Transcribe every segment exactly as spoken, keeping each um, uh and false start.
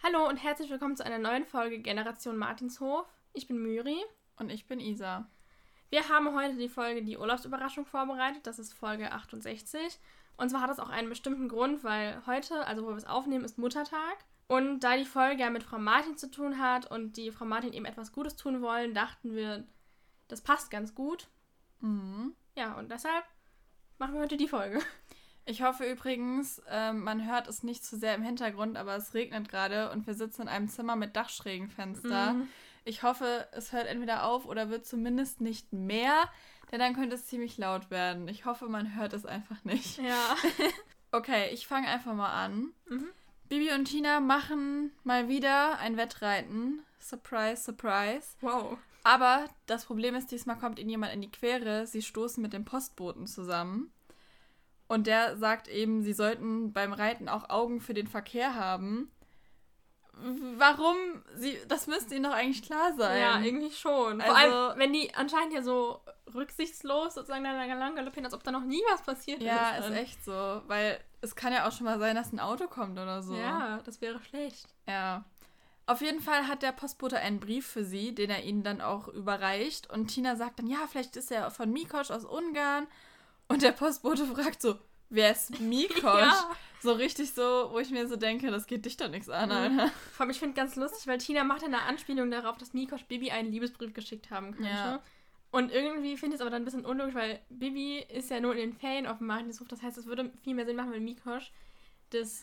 Hallo und herzlich willkommen zu einer neuen Folge Generation Martinshof. Ich bin Myri. Und ich bin Isa. Wir haben heute die Folge Die Urlaubsüberraschung vorbereitet. Das ist Folge achtundsechzig. Und zwar hat das auch einen bestimmten Grund, weil heute, also wo wir es aufnehmen, ist Muttertag. Und da die Folge ja mit Frau Martin zu tun hat und die Frau Martin eben etwas Gutes tun wollen, dachten wir, das passt ganz gut. Mhm. Ja, und deshalb machen wir heute die Folge. Ich hoffe übrigens, äh, man hört es nicht zu sehr im Hintergrund, aber es regnet gerade und wir sitzen in einem Zimmer mit Dachschrägenfenster. Mhm. Ich hoffe, es hört entweder auf oder wird zumindest nicht mehr, denn dann könnte es ziemlich laut werden. Ich hoffe, man hört es einfach nicht. Ja. Okay, ich fange einfach mal an. Mhm. Bibi und Tina machen mal wieder ein Wettreiten. Surprise, surprise. Wow. Aber das Problem ist, diesmal kommt ihnen jemand in die Quere. Sie stoßen mit dem Postboten zusammen. Und der sagt eben, sie sollten beim Reiten auch Augen für den Verkehr haben. Warum? Sie, das müsste ihnen doch eigentlich klar sein. Ja, irgendwie schon. Also, vor allem, wenn die anscheinend ja so rücksichtslos sozusagen da lang galoppieren, als ob da noch nie was passiert ja, ist. Ja, ist echt so. Weil es kann ja auch schon mal sein, dass ein Auto kommt oder so. Ja, das wäre schlecht. Ja. Auf jeden Fall hat der Postbote einen Brief für sie, den er ihnen dann auch überreicht. Und Tina sagt dann, ja, vielleicht ist er von Mikosch aus Ungarn. Und der Postbote fragt so, wer ist Mikosch? Ja. So richtig so, wo ich mir so denke, das geht dich doch nichts an, Alter. Mhm. Vor allem, ich finde ganz lustig, weil Tina macht eine Anspielung darauf, dass Mikosch Bibi einen Liebesbrief geschickt haben könnte. Ja. Und irgendwie finde ich es aber dann ein bisschen unlogisch, weil Bibi ist ja nur in den Ferien auf dem Martinshof. Das heißt, es würde viel mehr Sinn machen, wenn Mikosch das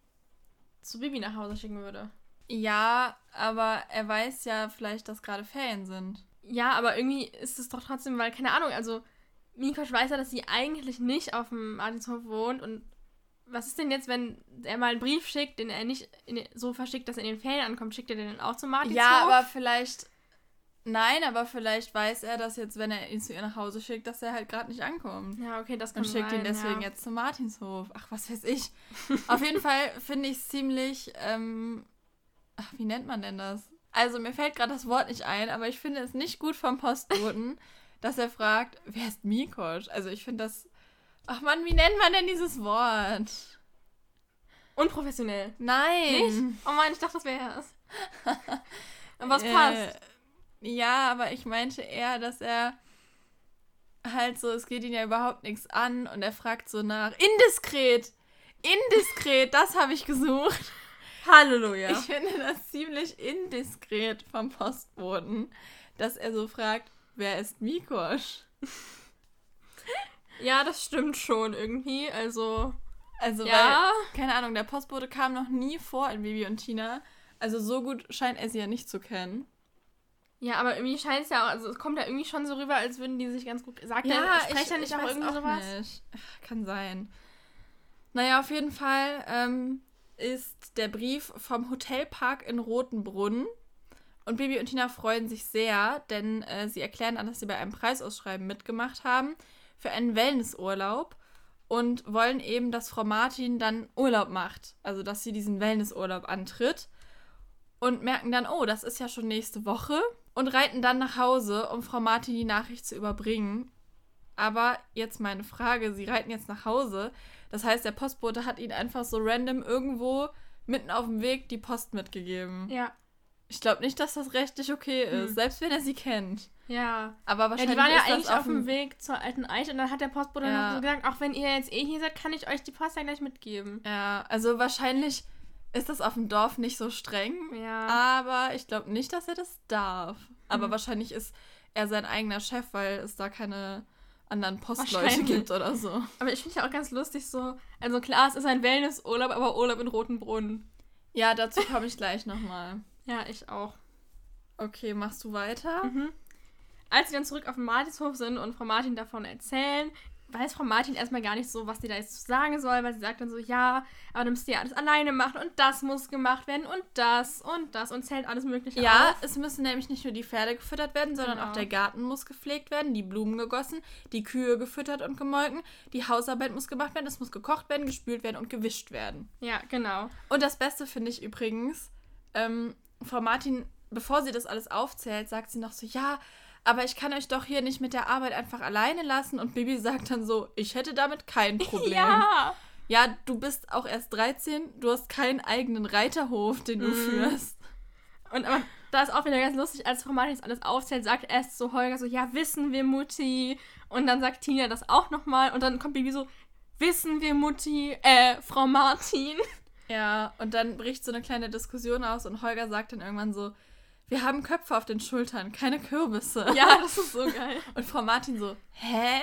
zu Bibi nach Hause schicken würde. Ja, aber er weiß ja vielleicht, dass gerade Ferien sind. Ja, aber irgendwie ist es doch trotzdem, weil, keine Ahnung, also Mikosch weiß ja, dass sie eigentlich nicht auf dem Martinshof wohnt. Und was ist denn jetzt, wenn er mal einen Brief schickt, den er nicht in, so verschickt, dass er in den Ferien ankommt? Schickt er den dann auch zum Martinshof? Ja, aber vielleicht... Nein, aber vielleicht weiß er, dass jetzt, wenn er ihn zu ihr nach Hause schickt, dass er halt gerade nicht ankommt. Ja, okay, das kann sein. Und schickt ihn deswegen ja. jetzt zum Martinshof. Ach, was weiß ich. Auf jeden Fall finde ich es ziemlich... Ähm, ach, wie nennt man denn das? Also, mir fällt gerade das Wort nicht ein, aber ich finde es nicht gut vom Postboten, dass er fragt, wer ist Mikosch? Also ich finde das... Ach Mann, wie nennt man denn dieses Wort? Unprofessionell. Nein. Nicht? Oh Mann, ich dachte, das wäre es. Aber es passt. Äh, ja, aber ich meinte eher, dass er halt so, es geht ihn ja überhaupt nichts an und er fragt so nach, indiskret! Indiskret, das habe ich gesucht. Halleluja. Ich finde das ziemlich indiskret vom Postboten, dass er so fragt, wer ist Mikosch? Ja, das stimmt schon irgendwie. Also, also ja. Weil, keine Ahnung, der Postbote kam noch nie vor in Bibi und Tina. Also so gut scheint er sie ja nicht zu kennen. Ja, aber irgendwie scheint es ja auch, also es kommt ja irgendwie schon so rüber, als würden die sich ganz gut... Sagt ja, der Sprecher ich, nicht ich auch irgendwie auch sowas? Nicht. Kann sein. Naja, auf jeden Fall ähm, ist der Brief vom Hotelpark in Rotenbrunn. Und Bibi und Tina freuen sich sehr, denn äh, sie erklären dann, dass sie bei einem Preisausschreiben mitgemacht haben für einen Wellnessurlaub und wollen eben, dass Frau Martin dann Urlaub macht. Also, dass sie diesen Wellnessurlaub antritt. Und merken dann, oh, das ist ja schon nächste Woche. Und reiten dann nach Hause, um Frau Martin die Nachricht zu überbringen. Aber jetzt meine Frage, sie reiten jetzt nach Hause. Das heißt, der Postbote hat ihnen einfach so random irgendwo mitten auf dem Weg die Post mitgegeben. Ja. Ich glaube nicht, dass das rechtlich okay ist, hm. selbst wenn er sie kennt. Ja. Aber wahrscheinlich ja, die waren ja ist eigentlich das auf dem Weg zur alten Eiche und dann hat der Postbote ja. noch so gesagt, auch wenn ihr jetzt eh hier seid, kann ich euch die Post ja gleich mitgeben. Ja, also wahrscheinlich ist das auf dem Dorf nicht so streng, ja. aber ich glaube nicht, dass er das darf. Aber hm. wahrscheinlich ist er sein eigener Chef, weil es da keine anderen Postleute gibt oder so. Aber ich finde ja auch ganz lustig so, also klar, es ist ein Wellnessurlaub, aber Urlaub in Rotenbrunn. Ja, dazu komme ich gleich nochmal. Ja, ich auch. Okay, machst du weiter? Mhm. Als sie dann zurück auf dem Martinshof sind und Frau Martin davon erzählen, weiß Frau Martin erstmal gar nicht so, was die da jetzt sagen soll, weil sie sagt dann so, ja, aber dann müsst ihr ja alles alleine machen und das muss gemacht werden und das und das und zählt alles Mögliche Ja, auf. es müssen nämlich nicht nur die Pferde gefüttert werden, sondern genau. auch der Garten muss gepflegt werden, die Blumen gegossen, die Kühe gefüttert und gemolken, die Hausarbeit muss gemacht werden, es muss gekocht werden, gespült werden und gewischt werden. Ja, genau. Und das Beste finde ich übrigens, ähm, Frau Martin, bevor sie das alles aufzählt, sagt sie noch so, ja, aber ich kann euch doch hier nicht mit der Arbeit einfach alleine lassen. Und Bibi sagt dann so, ich hätte damit kein Problem. Ja. ja, du bist auch erst dreizehn, du hast keinen eigenen Reiterhof, den du mm. führst. Und aber da ist auch wieder ganz lustig, als Frau Martin das alles aufzählt, sagt erst so Holger so, ja, wissen wir, Mutti. Und dann sagt Tina das auch nochmal. Und dann kommt Bibi so, wissen wir, Mutti, äh, Frau Martin. Ja, und dann bricht so eine kleine Diskussion aus und Holger sagt dann irgendwann so, wir haben Köpfe auf den Schultern, keine Kürbisse. Ja, das ist so geil. Und Frau Martin so, hä?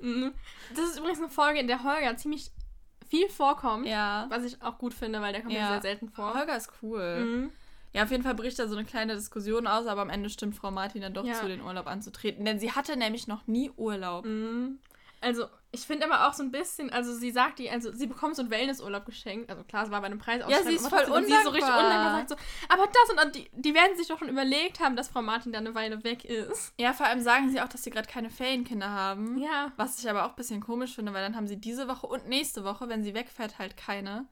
Das ist übrigens eine Folge, in der Holger ziemlich viel vorkommt. Ja. Was ich auch gut finde, weil der kommt ja sehr selten vor. Holger ist cool. Mhm. Ja, auf jeden Fall bricht da so eine kleine Diskussion aus, aber am Ende stimmt Frau Martin dann doch ja. zu, den Urlaub anzutreten. Denn sie hatte nämlich noch nie Urlaub. Mhm. Also, ich finde aber auch so ein bisschen, also sie sagt die, also sie bekommt so einen Wellnessurlaub geschenkt. Also klar, es war bei einem Preisausschreibung. Ja, sie ist voll undankbar. Und sie so richtig undankbar sagt so, aber das und, und die, die werden sich doch schon überlegt haben, dass Frau Martin da eine Weile weg ist. Ja, vor allem sagen sie auch, dass sie gerade keine Ferienkinder haben. Ja. Was ich aber auch ein bisschen komisch finde, weil dann haben sie diese Woche und nächste Woche, wenn sie wegfährt, halt keine.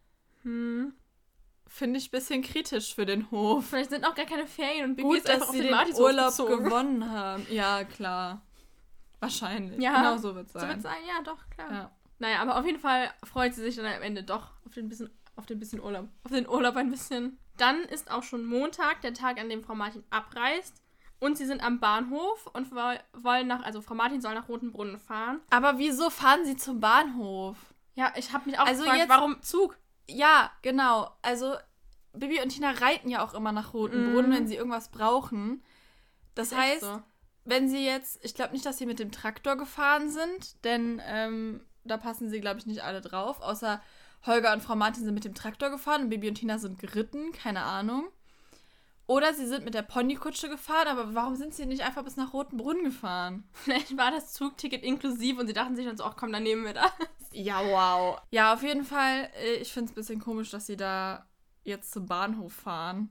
Hm. Finde ich ein bisschen kritisch für den Hof. Vielleicht sind auch gar keine Ferien und Bibi Gut, ist einfach dass sie auf den, den Urlaub gezogen. gewonnen haben. Ja, klar. Wahrscheinlich. Ja, genau so wird es sein. So wird es sein, ja, doch, klar. Ja. Naja, aber auf jeden Fall freut sie sich dann am Ende doch auf den bisschen, auf den bisschen Urlaub. Auf den Urlaub ein bisschen. Dann ist auch schon Montag, der Tag, an dem Frau Martin abreist. Und sie sind am Bahnhof und wollen nach, also Frau Martin soll nach Rotenbrunnen fahren. Aber wieso fahren sie zum Bahnhof? Ja, ich habe mich auch also gefragt, jetzt, warum Zug? Ja, genau. Also Bibi und Tina reiten ja auch immer nach Rotenbrunnen, mm. wenn sie irgendwas brauchen. Das ist heißt, so. wenn sie jetzt, ich glaube nicht, dass sie mit dem Traktor gefahren sind, denn ähm, da passen sie, glaube ich, nicht alle drauf, außer Holger und Frau Martin sind mit dem Traktor gefahren und Bibi und Tina sind geritten, keine Ahnung. Oder sie sind mit der Ponykutsche gefahren, aber warum sind sie nicht einfach bis nach Rotenbrunnen gefahren? Vielleicht war das Zugticket inklusiv und sie dachten sich dann so, ach komm, dann nehmen wir das. Ja, wow. Ja, auf jeden Fall, ich finde es ein bisschen komisch, dass sie da jetzt zum Bahnhof fahren.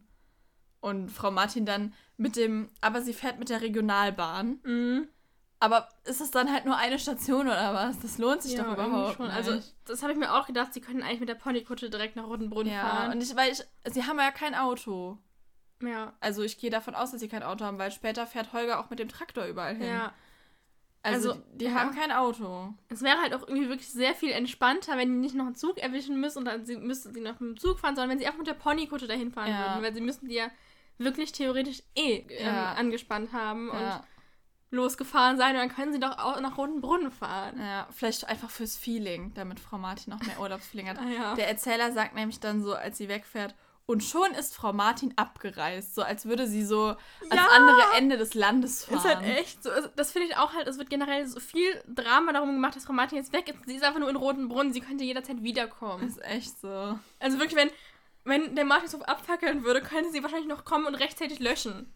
Und Frau Martin dann mit dem, aber sie fährt mit der Regionalbahn. Mhm. Aber ist es dann halt nur eine Station oder was? Das lohnt sich ja, doch überhaupt schon. nicht. Also das habe ich mir auch gedacht, sie können eigentlich mit der Ponykutsche direkt nach Rotenbrunnen ja, fahren. Und ich, weil ich, sie haben ja kein Auto. Ja. Also ich gehe davon aus, dass sie kein Auto haben, weil später fährt Holger auch mit dem Traktor überall hin. Ja. Also, also die ja. haben kein Auto. Es wäre halt auch irgendwie wirklich sehr viel entspannter, wenn die nicht noch einen Zug erwischen müssen und dann sie, müssten sie noch mit dem Zug fahren, sondern wenn sie einfach mit der Ponykutsche dahin fahren ja. würden, weil sie müssten die ja wirklich theoretisch eh ähm, ja. angespannt haben ja. und losgefahren sein und dann können sie doch auch nach Rotenbrunnen fahren. Ja, vielleicht einfach fürs Feeling, damit Frau Martin noch mehr Urlaubsfeeling hat. Ah, ja. Der Erzähler sagt nämlich dann so, als sie wegfährt, und schon ist Frau Martin abgereist, so als würde sie so ans ja. andere Ende des Landes fahren. Ist halt echt so. Also das finde ich auch halt, es wird generell so viel Drama darum gemacht, dass Frau Martin jetzt weg ist. Sie ist einfach nur in Rotenbrunnen, sie könnte jederzeit wiederkommen. Ist echt so. Also wirklich, wenn, wenn der Martinshof abfackeln würde, könnte sie wahrscheinlich noch kommen und rechtzeitig löschen.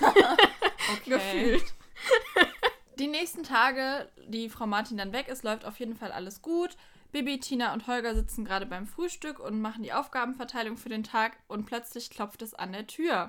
Okay. Gefühlt. Die nächsten Tage, die Frau Martin dann weg ist, läuft auf jeden Fall alles gut. Bibi, Tina und Holger sitzen gerade beim Frühstück und machen die Aufgabenverteilung für den Tag und plötzlich klopft es an der Tür.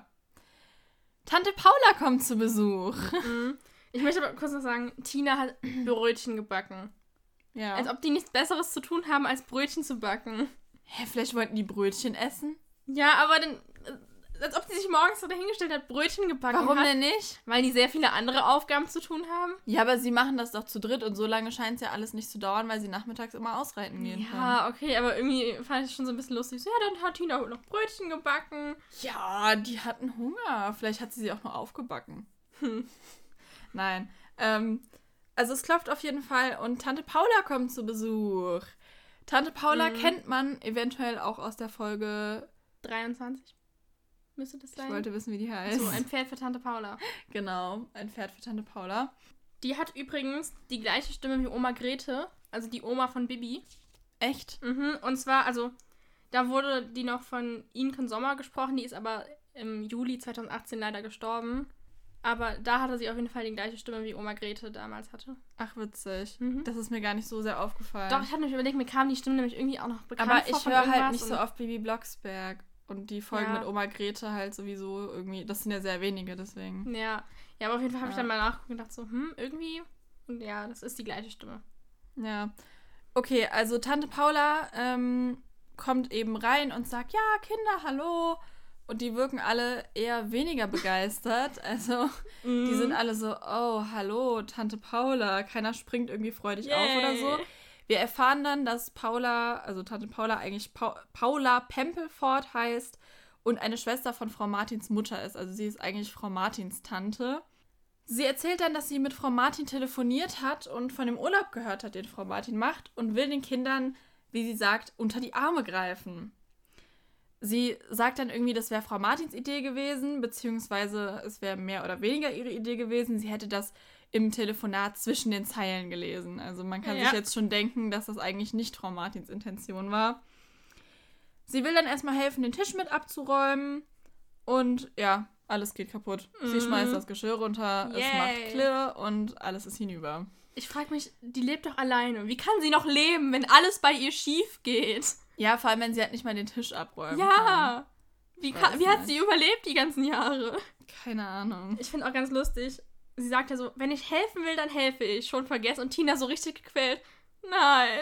Tante Paula kommt zu Besuch. Mhm. Ich möchte aber kurz noch sagen, Tina hat Brötchen gebacken. Ja. Als ob die nichts Besseres zu tun haben, als Brötchen zu backen. Hä, vielleicht wollten die Brötchen essen? Ja, aber dann, als ob sie sich morgens so dahingestellt hat, Brötchen gebacken Warum hat. denn nicht? Weil die sehr viele andere Aufgaben zu tun haben. Ja, aber sie machen das doch zu dritt und so lange scheint es ja alles nicht zu dauern, weil sie nachmittags immer ausreiten gehen Ja, können. okay, aber irgendwie fand ich es schon so ein bisschen lustig. So, ja, dann hat Tina noch Brötchen gebacken. Ja, die hatten Hunger. Vielleicht hat sie sie auch nur aufgebacken. Hm. Nein. Ähm, also es klopft auf jeden Fall und Tante Paula kommt zu Besuch. Tante Paula mhm. kennt man eventuell auch aus der Folge dreiundzwanzig. Müsste das sein? Ich wollte wissen, wie die heißt. So, ein Pferd für Tante Paula. Genau, ein Pferd für Tante Paula. Die hat übrigens die gleiche Stimme wie Oma Grete, also die Oma von Bibi. Echt? Mhm, und zwar, also, da wurde die noch von Inken Sommer gesprochen, die ist aber im Juli zweitausendachtzehn leider gestorben. Aber da hatte sie auf jeden Fall die gleiche Stimme, wie Oma Grete damals hatte. Ach, witzig. Mhm. Das ist mir gar nicht so sehr aufgefallen. Doch, ich hatte mich überlegt, mir kam die Stimme nämlich irgendwie auch noch bekannt aber vor. Aber ich höre halt nicht so oft Bibi Blocksberg. Und die Folgen ja. mit Oma Grete halt sowieso irgendwie, das sind ja sehr wenige, deswegen. Ja, ja, aber auf jeden Fall habe ja. ich dann mal nachgeguckt und gedacht so, hm, irgendwie, und ja, das ist die gleiche Stimme. Ja, okay, also Tante Paula ähm, kommt eben rein und sagt, ja, Kinder, hallo. Und die wirken alle eher weniger begeistert, also mm. die sind alle so, oh, hallo, Tante Paula. Keiner springt irgendwie freudig Yay. auf oder so. Wir erfahren dann, dass Paula, also Tante Paula eigentlich pa- Paula Pempelfort heißt und eine Schwester von Frau Martins Mutter ist. Also sie ist eigentlich Frau Martins Tante. Sie erzählt dann, dass sie mit Frau Martin telefoniert hat und von dem Urlaub gehört hat, den Frau Martin macht und will den Kindern, wie sie sagt, unter die Arme greifen. Sie sagt dann irgendwie, das wäre Frau Martins Idee gewesen, beziehungsweise es wäre mehr oder weniger ihre Idee gewesen. Sie hätte das im Telefonat zwischen den Zeilen gelesen. Also man kann ja. sich jetzt schon denken, dass das eigentlich nicht Frau Martins Intention war. Sie will dann erstmal helfen, den Tisch mit abzuräumen und ja, alles geht kaputt. Mhm. Sie schmeißt das Geschirr runter, Yay. Es macht Klirr und alles ist hinüber. Ich frage mich, die lebt doch alleine. Wie kann sie noch leben, wenn alles bei ihr schief geht? Ja, vor allem, wenn sie halt nicht mal den Tisch abräumen ja. kann. Wie, kann, wie hat sie überlebt die ganzen Jahre? Keine Ahnung. Ich finde auch ganz lustig, sie sagt ja so, wenn ich helfen will, dann helfe ich. Schon vergessen. Und Tina so richtig gequält. Nein.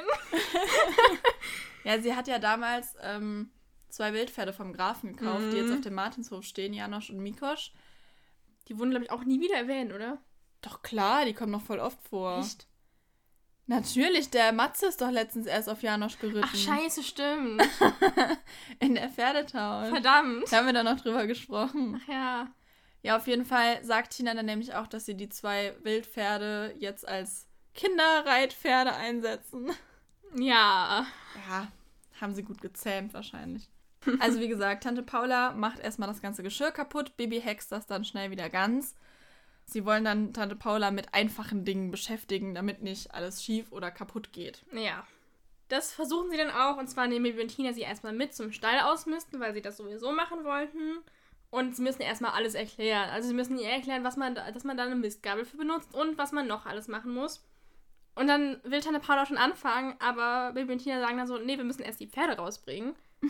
Ja, sie hat ja damals ähm, zwei Wildpferde vom Grafen gekauft, mhm. die jetzt auf dem Martinshof stehen, Janosch und Mikosch. Die wurden, glaube ich, auch nie wieder erwähnt, oder? Doch klar, die kommen noch voll oft vor. Echt? Natürlich, der Matze ist doch letztens erst auf Janosch geritten. Ach, scheiße, stimmt. In der Pferdetown. Verdammt. Da haben wir da noch drüber gesprochen. Ach ja. Ja, auf jeden Fall sagt Tina dann nämlich auch, dass sie die zwei Wildpferde jetzt als Kinderreitpferde einsetzen. Ja. Ja, haben sie gut gezähmt wahrscheinlich. Also wie gesagt, Tante Paula macht erstmal das ganze Geschirr kaputt, Bibi hext das dann schnell wieder ganz. Sie wollen dann Tante Paula mit einfachen Dingen beschäftigen, damit nicht alles schief oder kaputt geht. Ja. Das versuchen sie dann auch, und zwar nehmen Bibi und Tina sie erstmal mit zum Stall ausmisten, weil sie das sowieso machen wollten. Und sie müssen erstmal alles erklären. Also sie müssen ihr erklären, was man da, dass man da eine Mistgabel für benutzt und was man noch alles machen muss. Und dann will Tante Paula schon anfangen, aber Bibi und Tina sagen dann so, nee, wir müssen erst die Pferde rausbringen.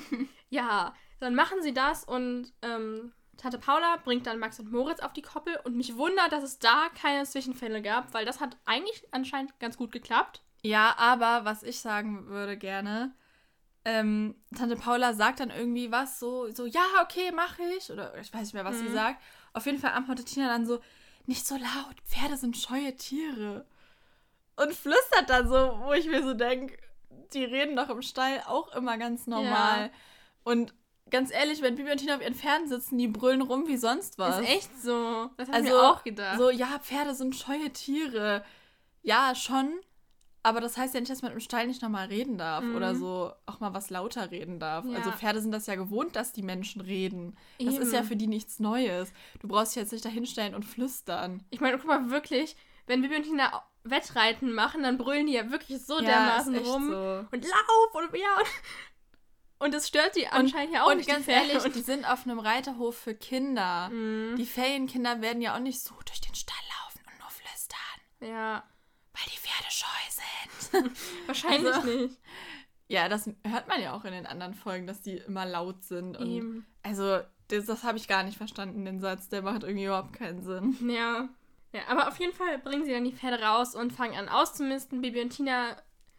Ja, dann machen sie das und ähm, Tante Paula bringt dann Max und Moritz auf die Koppel und mich wundert, dass es da keine Zwischenfälle gab, weil das hat eigentlich anscheinend ganz gut geklappt. Ja, aber was ich sagen würde gerne, ähm, Tante Paula sagt dann irgendwie was, so, so ja, okay, mache ich. Oder ich weiß nicht mehr, was mhm. sie sagt. Auf jeden Fall antwortet Tina dann so, nicht so laut, Pferde sind scheue Tiere. Und flüstert dann so, wo ich mir so denke, die reden doch im Stall auch immer ganz normal. Ja. Und ganz ehrlich, wenn Bibi und Tina auf ihren Pferden sitzen, die brüllen rum wie sonst was. Ist echt so. Das habe also, ich mir auch gedacht. So, ja, Pferde sind scheue Tiere. Ja, schon. Aber das heißt ja nicht, dass man im Stall nicht nochmal reden darf mhm. oder so auch mal was lauter reden darf. Ja. Also Pferde sind das ja gewohnt, dass die Menschen reden. Eben. Das ist ja für die nichts Neues. Du brauchst dich jetzt nicht da hinstellen und flüstern. Ich meine, guck mal, wirklich, wenn Bibi und Tina Wettreiten machen, dann brüllen die ja wirklich so ja, dermaßen rum. So. Und lauf und ja. Und, und das stört die anscheinend ja auch und nicht. Und ganz ehrlich, und die sind auf einem Reiterhof für Kinder. Mhm. Die Ferienkinder werden ja auch nicht so durch den Stall laufen und nur flüstern. Ja. Weil die Pferde scheu sind. Wahrscheinlich also, nicht. Ja, das hört man ja auch in den anderen Folgen, dass die immer laut sind. Und Eben. Also, das, das habe ich gar nicht verstanden, den Satz. Der macht irgendwie überhaupt keinen Sinn. Ja. Ja, aber auf jeden Fall bringen sie dann die Pferde raus und fangen an auszumisten. Bibi und Tina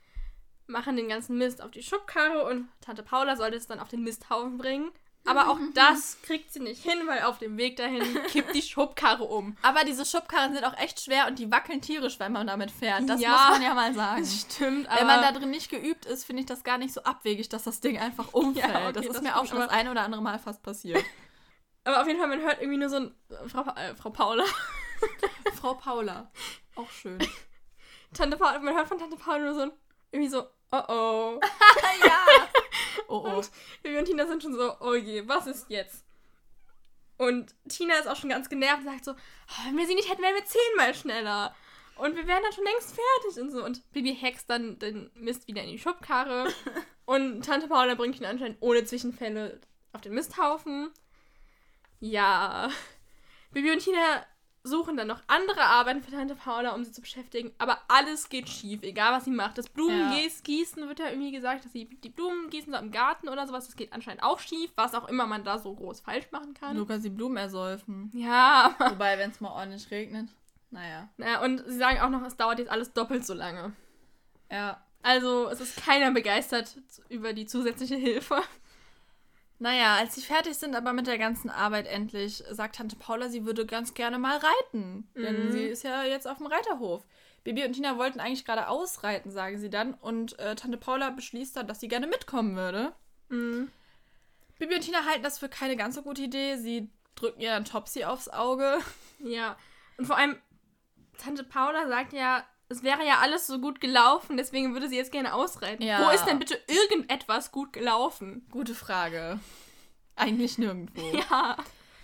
machen den ganzen Mist auf die Schubkarre und Tante Paula sollte es dann auf den Misthaufen bringen. Aber auch das kriegt sie nicht hin, weil auf dem Weg dahin kippt die Schubkarre um. Aber diese Schubkarren sind auch echt schwer und die wackeln tierisch, wenn man damit fährt. Das ja, muss man ja mal sagen. Das stimmt, aber wenn man da drin nicht geübt ist, finde ich das gar nicht so abwegig, dass das Ding einfach umfällt. Ja, okay, das ist das mir auch schon das eine oder andere Mal fast passiert. Aber auf jeden Fall, man hört irgendwie nur so ein... Frau, äh, Frau Paula. Frau Paula. Auch schön. Tante Paula, man hört von Tante Paula nur so ein... Irgendwie so, oh oh. Ja. Oh oh. Und Bibi und Tina sind schon so, oh je, was ist jetzt? Und Tina ist auch schon ganz genervt und sagt so, oh, wenn wir sie nicht hätten, wären wir zehnmal schneller. Und wir wären dann schon längst fertig und so. Und Bibi hext dann den Mist wieder in die Schubkarre. Und Tante Paula bringt ihn anscheinend ohne Zwischenfälle auf den Misthaufen. Ja. Bibi und Tina suchen dann noch andere Arbeiten für Tante Paula, um sie zu beschäftigen. Aber alles geht schief, egal was sie macht. Das Blumengießen ja. wird ja irgendwie gesagt, dass sie die Blumen gießen so im Garten oder sowas. Das geht anscheinend auch schief, was auch immer man da so groß falsch machen kann. Nur kann sie Blumen ersäufen. Ja. Wobei, wenn es mal ordentlich regnet, naja. Naja, und sie sagen auch noch, es dauert jetzt alles doppelt so lange. Ja. Also, es ist keiner begeistert über die zusätzliche Hilfe. Naja, als sie fertig sind aber mit der ganzen Arbeit endlich, sagt Tante Paula, sie würde ganz gerne mal reiten. Mhm. Denn sie ist ja jetzt auf dem Reiterhof. Bibi und Tina wollten eigentlich gerade ausreiten, sagen sie dann. Und äh, Tante Paula beschließt dann, dass sie gerne mitkommen würde. Mhm. Bibi und Tina halten das für keine ganz so gute Idee. Sie drücken ihr dann Topsy aufs Auge. Ja, und vor allem, Tante Paula sagt ja, es wäre ja alles so gut gelaufen, deswegen würde sie jetzt gerne ausreiten. Ja. Wo ist denn bitte irgendetwas gut gelaufen? Gute Frage. Eigentlich nirgendwo. Ja.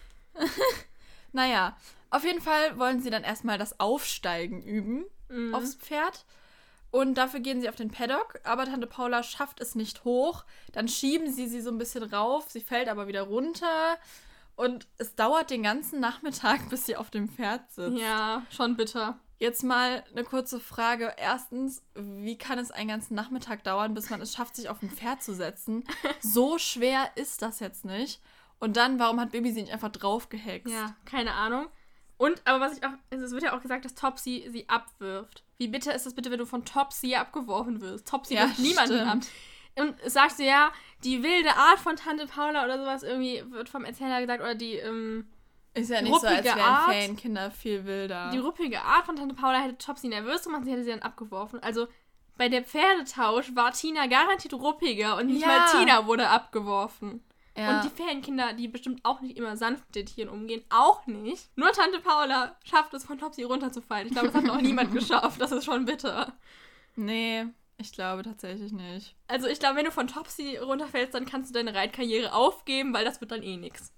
Naja, auf jeden Fall wollen sie dann erstmal das Aufsteigen üben Mhm. aufs Pferd. Und dafür gehen sie auf den Paddock, aber Tante Paula schafft es nicht hoch. Dann schieben sie sie so ein bisschen rauf, sie fällt aber wieder runter. Und es dauert den ganzen Nachmittag, bis sie auf dem Pferd sitzt. Ja, schon bitter. Jetzt mal eine kurze Frage. Erstens, wie kann es einen ganzen Nachmittag dauern, bis man es schafft, sich auf ein Pferd zu setzen? So schwer ist das jetzt nicht. Und dann, warum hat Bibi sie nicht einfach draufgehext? Ja, keine Ahnung. Und, aber was ich auch, also es wird ja auch gesagt, dass Topsy sie abwirft. Wie bitter ist das bitte, wenn du von Topsy abgeworfen wirst? Topsy Ja, wirft niemanden ab. stimmt. Und es sagst du ja, die wilde Art von Tante Paula oder sowas irgendwie wird vom Erzähler gesagt, oder die, ähm, Ist ja nicht so, als ruppige wären Art. Ferienkinder viel wilder. die ruppige Art von Tante Paula hätte Topsy nervös gemacht, sie hätte sie dann abgeworfen. Also bei der Pferdetausch war Tina garantiert ruppiger und nicht Ja. mal Tina wurde abgeworfen. ja. Und die Ferienkinder, die bestimmt auch nicht immer sanft mit den Tieren umgehen, auch nicht. Nur Tante Paula schafft es, von Topsy runterzufallen. Ich glaube, das hat noch niemand geschafft. Das ist schon bitter. Nee, ich glaube tatsächlich nicht. Also ich glaube, wenn du von Topsy runterfällst, dann kannst du deine Reitkarriere aufgeben, weil das wird dann eh nix.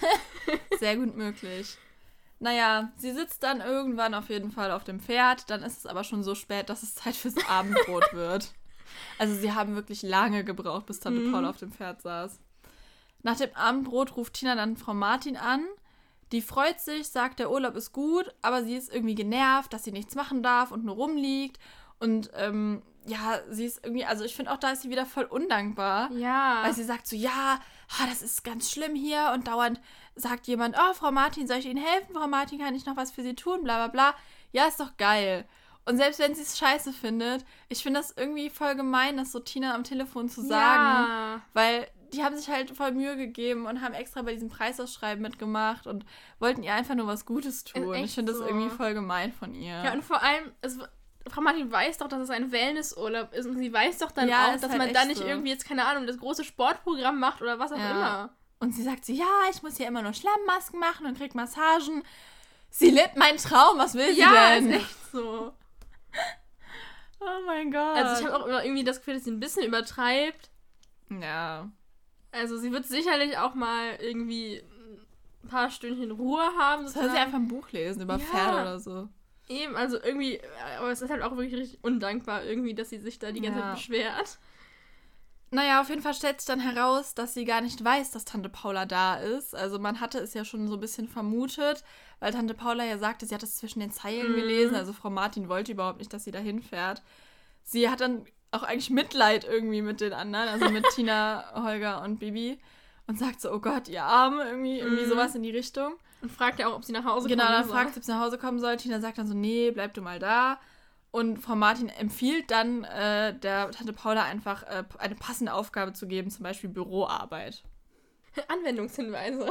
Sehr gut möglich. Naja, sie sitzt dann irgendwann auf jeden Fall auf dem Pferd. Dann ist es aber schon so spät, dass es Zeit fürs Abendbrot wird. Also sie haben wirklich lange gebraucht, bis Tante Mhm. Paula auf dem Pferd saß. Nach dem Abendbrot ruft Tina dann Frau Martin an. Die freut sich, sagt, der Urlaub ist gut, aber sie ist irgendwie genervt, dass sie nichts machen darf und nur rumliegt. Und ähm, ja, sie ist irgendwie, also ich finde auch, da ist sie wieder voll undankbar. Ja. Weil sie sagt so, ja, ah, das ist ganz schlimm hier. Und dauernd sagt jemand, oh, Frau Martin, soll ich Ihnen helfen? Frau Martin, kann ich noch was für Sie tun? Bla, bla, bla. Ja, ist doch geil. Und selbst wenn sie es scheiße findet, ich finde das irgendwie voll gemein, das so Tina am Telefon zu sagen. Ja. Weil die haben sich halt voll Mühe gegeben und haben extra bei diesem Preisausschreiben mitgemacht und wollten ihr einfach nur was Gutes tun. Ist echt Ich finde das so. irgendwie voll gemein von ihr. Ja, und vor allem, es, Frau Martin weiß doch, dass es ein Wellnessurlaub ist und sie weiß doch dann Ja, auch, ist dass halt man echt da nicht so. irgendwie jetzt, keine Ahnung, das große Sportprogramm macht oder was auch Ja. immer. Und sie sagt so, ja, ich muss hier immer nur Schlammmasken machen und krieg Massagen. Sie lebt meinen Traum, was will sie Ja, denn? ist echt so. Oh mein Gott. Also ich habe auch immer irgendwie das Gefühl, dass sie ein bisschen übertreibt. Ja. Also sie wird sicherlich auch mal irgendwie ein paar Stündchen Ruhe haben. Soll sie sozusagen. einfach ein Buch lesen über Ja. Pferde oder so? Eben, also irgendwie, aber es ist halt auch wirklich richtig undankbar irgendwie, dass sie sich da die ganze Ja. Zeit beschwert. Naja, auf jeden Fall stellt sich dann heraus, dass sie gar nicht weiß, dass Tante Paula da ist. Also man hatte es ja schon so ein bisschen vermutet, weil Tante Paula ja sagte, sie hat es zwischen den Zeilen Mhm. gelesen. Also Frau Martin wollte überhaupt nicht, dass sie da hinfährt. Sie hat dann auch eigentlich Mitleid irgendwie mit den anderen, also mit Tina, Holger und Bibi. Und sagt so, oh Gott, ihr Arme, irgendwie, irgendwie Mhm. sowas in die Richtung. Und fragt ja auch, ob sie nach Hause Genau, kommen dann soll. fragt sie, ob sie nach Hause kommen soll. Tina sagt dann so, nee, bleib du mal da. Und Frau Martin empfiehlt dann äh, der Tante Paula einfach äh, eine passende Aufgabe zu geben, zum Beispiel Büroarbeit. Anwendungshinweise.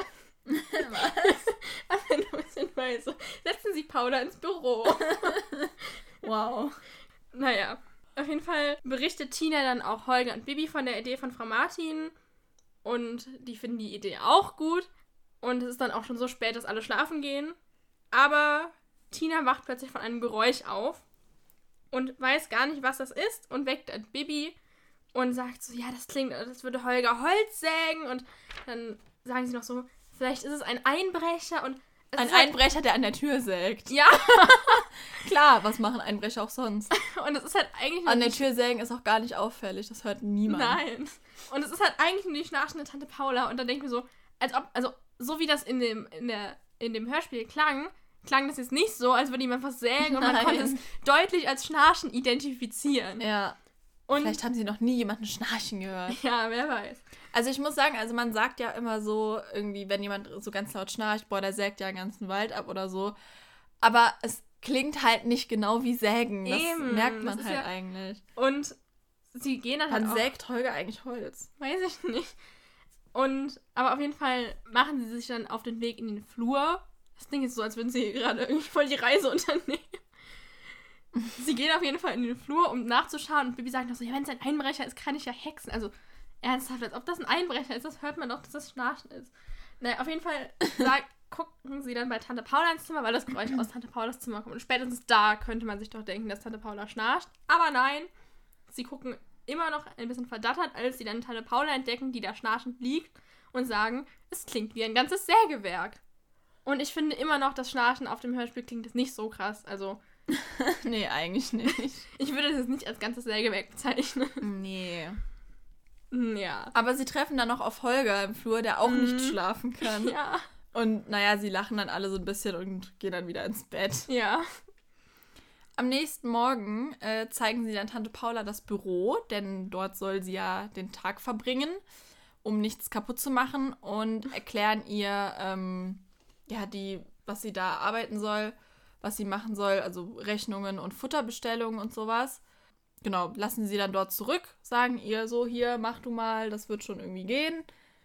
Anwendungshinweise. Setzen Sie Paula ins Büro. Wow. Naja, auf jeden Fall berichtet Tina dann auch Holger und Bibi von der Idee von Frau Martin. Und die finden die Idee auch gut. Und es ist dann auch schon so spät, dass alle schlafen gehen. Aber Tina wacht plötzlich von einem Geräusch auf und weiß gar nicht, was das ist und weckt dann Bibi und sagt so, ja, das klingt, als würde Holger Holz sägen. Und dann sagen sie noch so, vielleicht ist es ein Einbrecher und es Ein ist halt, Einbrecher, der an der Tür sägt. ja, Klar, was machen Einbrecher auch sonst? und es ist halt eigentlich nur An der die- Tür sägen ist auch gar nicht auffällig, das hört niemand. Nein. Und es ist halt eigentlich nur die schnarchende Tante Paula. Und dann denke ich mir so, als ob, also so wie das in dem, in der, in dem Hörspiel klang, klang das jetzt nicht so, als würde jemand was sägen und man Nein. konnte es deutlich als Schnarchen identifizieren. Ja, Und vielleicht haben sie noch nie jemanden schnarchen gehört. ja, wer weiß. Also ich muss sagen, also man sagt ja immer so, irgendwie, wenn jemand so ganz laut schnarcht, boah, der sägt ja den ganzen Wald ab oder so. Aber es klingt halt nicht genau wie Sägen. Das Eben, merkt man das ist halt ja- eigentlich. Und sie gehen dann halt Wann auch, sägt Holger eigentlich Holz? weiß ich nicht. Und, aber auf jeden Fall machen sie sich dann auf den Weg in den Flur. Das klingt jetzt so, als würden sie gerade irgendwie voll die Reise unternehmen. Sie gehen auf jeden Fall in den Flur, um nachzuschauen. Und Bibi sagt noch so, ja, wenn es ein Einbrecher ist, kann ich ja hexen. Also ernsthaft, als ob das ein Einbrecher ist, das hört man doch, dass das Schnarchen ist. Naja, auf jeden Fall sagt, gucken sie dann bei Tante Paula ins Zimmer, weil das Geräusch aus Tante Paulas Zimmer kommt. Und spätestens da könnte man sich doch denken, dass Tante Paula schnarcht. Aber nein, sie gucken immer noch ein bisschen verdattert, als sie dann Tante Paula entdecken, die da schnarchend liegt und sagen, es klingt wie ein ganzes Sägewerk. Und ich finde immer noch, das Schnarchen auf dem Hörspiel klingt jetzt nicht so krass. Also nee, eigentlich nicht. Ich würde das nicht als ganzes Sägewerk bezeichnen. Nee. Ja. Aber sie treffen dann noch auf Holger im Flur, der auch mhm. nicht schlafen kann. Ja. Und naja, sie lachen dann alle so ein bisschen und gehen dann wieder ins Bett. Ja. Am nächsten Morgen äh, zeigen sie dann Tante Paula das Büro, denn dort soll sie ja den Tag verbringen, um nichts kaputt zu machen, und erklären ihr, ähm, ja, die, was sie da arbeiten soll, was sie machen soll, also Rechnungen und Futterbestellungen und sowas. Genau, lassen sie dann dort zurück, sagen ihr so, hier, mach du mal, das wird schon irgendwie gehen.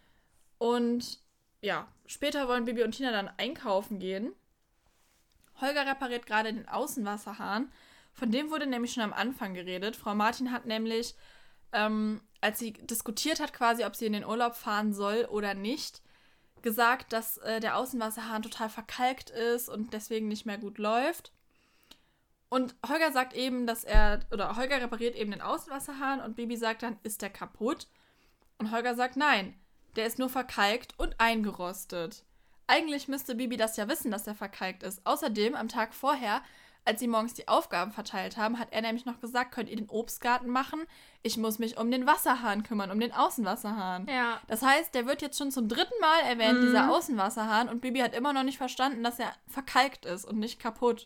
Und ja, später wollen Bibi und Tina dann einkaufen gehen. Holger repariert gerade den Außenwasserhahn. Von dem wurde nämlich schon am Anfang geredet. Frau Martin hat nämlich, ähm, als sie diskutiert hat quasi, ob sie in den Urlaub fahren soll oder nicht, gesagt, dass äh, der Außenwasserhahn total verkalkt ist und deswegen nicht mehr gut läuft. Und Holger sagt eben, dass er, oder Holger repariert eben den Außenwasserhahn und Bibi sagt dann, ist der kaputt? Und Holger sagt, nein, der ist nur verkalkt und eingerostet. Eigentlich müsste Bibi das ja wissen, dass der verkalkt ist. Außerdem, am Tag vorher, als sie morgens die Aufgaben verteilt haben, hat er nämlich noch gesagt, könnt ihr den Obstgarten machen? Ich muss mich um den Wasserhahn kümmern, um den Außenwasserhahn. Ja. Das heißt, der wird jetzt schon zum dritten Mal erwähnt, mhm. dieser Außenwasserhahn, und Bibi hat immer noch nicht verstanden, dass er verkalkt ist und nicht kaputt.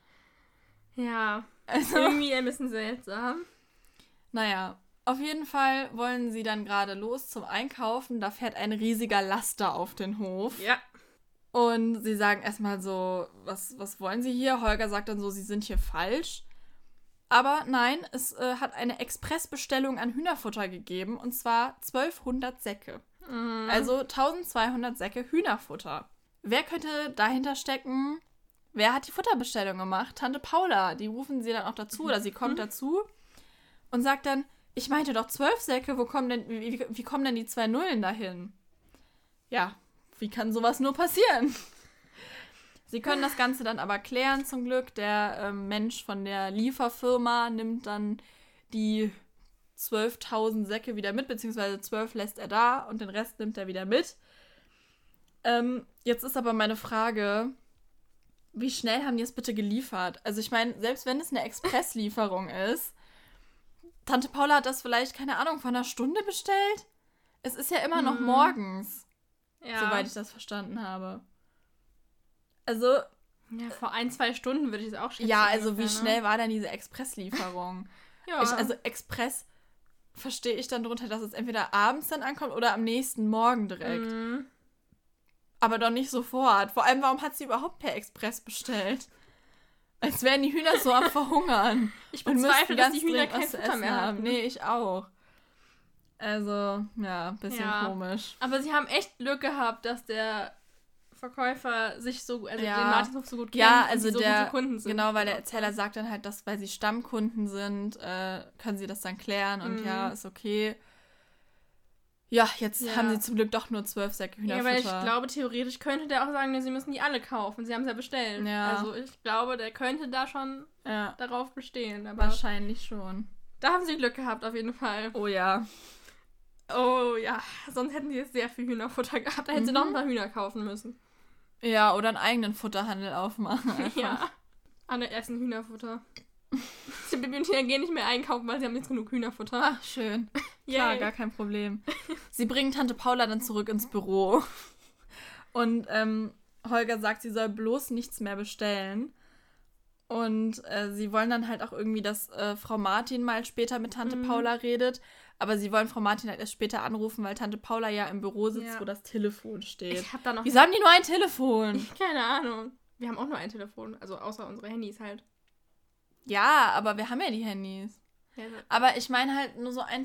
Ja, also irgendwie ein bisschen seltsam. Naja, auf jeden Fall wollen sie dann gerade los zum Einkaufen. Da fährt ein riesiger Laster auf den Hof. Ja. Und sie sagen erstmal so, was, was wollen sie hier? Holger sagt dann so, sie sind hier falsch. Aber nein, es äh, hat eine Expressbestellung an Hühnerfutter gegeben, und zwar zwölfhundert Säcke. Mhm. Also eintausendzweihundert Säcke Hühnerfutter. Wer könnte dahinter stecken? Wer hat die Futterbestellung gemacht? Tante Paula. Die rufen sie dann auch dazu, oder sie kommt mhm. dazu und sagt dann, ich meinte doch zwölf Säcke, wo kommen denn, wie, wie, wie kommen denn die zwei Nullen dahin? Ja, wie kann sowas nur passieren? Sie können das Ganze dann aber klären, zum Glück. Der ähm, Mensch von der Lieferfirma nimmt dann die zwölftausend Säcke wieder mit, beziehungsweise zwölf lässt er da und den Rest nimmt er wieder mit. Ähm, jetzt ist aber meine Frage, wie schnell haben die es bitte geliefert? Also ich meine, selbst wenn es eine Expresslieferung ist, Tante Paula hat das vielleicht, keine Ahnung, vor einer Stunde bestellt? Es ist ja immer noch hm. morgens, ja. soweit ich das verstanden habe. Also... Ja, vor ein, zwei Stunden würde ich es auch schätzen. Ja, also ungefähr, wie ne? schnell war denn diese Expresslieferung? ja. Ich, also Express verstehe ich dann drunter, dass es entweder abends dann ankommt oder am nächsten Morgen direkt. Mhm. Aber doch nicht sofort. Vor allem, warum hat sie überhaupt per Express bestellt? Als wären die Hühner so am Verhungern. Ich und bezweifle, müssten dass ganz die Hühner dringend kein was zu Futter essen mehr haben. haben. Nee, ich auch. Also, ja, ein bisschen Ja. komisch. Aber sie haben echt Glück gehabt, dass der Verkäufer sich so, also Ja. den Martinshof so gut kennt Ja, und also die so der, gute Kunden sind. genau, weil der Erzähler sagt dann halt, dass, weil sie Stammkunden sind, äh, können sie das dann klären und Mhm. ja, ist okay. Ja, jetzt Ja. haben sie zum Glück doch nur zwölf Säcke Ja, Hühnerfutter. weil ich glaube, theoretisch könnte der auch sagen, nee, sie müssen die alle kaufen. Sie haben es ja bestellt. Ja. Also ich glaube, der könnte da schon ja, darauf bestehen. Aber wahrscheinlich schon. da haben sie Glück gehabt, auf jeden Fall. Oh ja. Oh ja, sonst hätten sie jetzt sehr viel Hühnerfutter gehabt. Da hätten sie Mhm. noch ein paar Hühner kaufen müssen. Ja, oder einen eigenen Futterhandel aufmachen einfach. Ja. Alle essen Hühnerfutter. Die Bibi und Tina gehen nicht mehr einkaufen, weil sie haben jetzt genug Hühnerfutter. Ach, schön. Klar, Yay. gar kein Problem. Sie bringen Tante Paula dann zurück ins Büro. Und ähm, Holger sagt, sie soll bloß nichts mehr bestellen. Und äh, sie wollen dann halt auch irgendwie, dass äh, Frau Martin mal später mit Tante Mhm. Paula redet. Aber sie wollen Frau Martin halt erst später anrufen, weil Tante Paula ja im Büro sitzt, Ja. wo das Telefon steht. Ich hab da noch... Wieso haben die nur ein Telefon? Keine Ahnung. Wir haben auch nur ein Telefon, also außer unsere Handys halt. Ja, aber wir haben ja die Handys. Ja, Aber ich meine halt nur so einen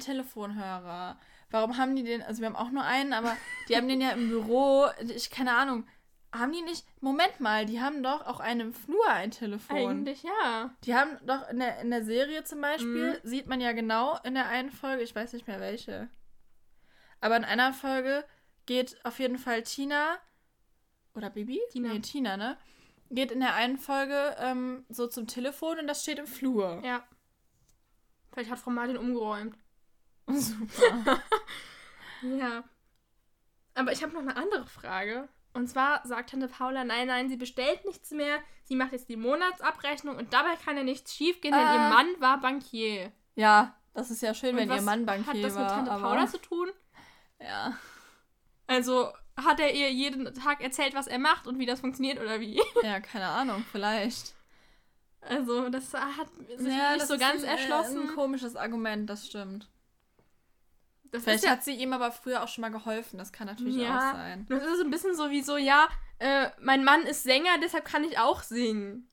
Telefonhörer. Warum haben die den, also wir haben auch nur einen, aber die haben den ja im Büro, ich, keine Ahnung. Haben die nicht... Moment mal, die haben doch auch einen im Flur ein Telefon. Eigentlich ja. Die haben doch in der, in der Serie zum Beispiel, Mhm. sieht man ja genau in der einen Folge, ich weiß nicht mehr welche. Aber in einer Folge geht auf jeden Fall Tina, oder Bibi? Tina. Nee, Tina, ne? Geht in der einen Folge ähm, so zum Telefon und das steht im Flur. Ja. Vielleicht hat Frau Martin umgeräumt. Super. Ja. Aber ich habe noch eine andere Frage. Und zwar sagt Tante Paula, nein, nein, sie bestellt nichts mehr. Sie macht jetzt die Monatsabrechnung und dabei kann ja nichts schiefgehen, denn Ah. ihr Mann war Bankier. Ja, das ist ja schön, Und wenn was ihr Mann Bankier hat das mit war. Tante aber, Paula zu tun? Ja. Also hat er ihr jeden Tag erzählt, was er macht und wie das funktioniert oder wie? Ja, keine Ahnung, vielleicht. Also das hat sich ja, nicht das so ist ganz ein, erschlossen. Äh, ein komisches Argument, das stimmt. Das Vielleicht ist ja, hat sie ihm aber früher auch schon mal geholfen, das kann natürlich ja, auch sein. das ist so ein bisschen so wie so, ja, äh, mein Mann ist Sänger, deshalb kann ich auch singen.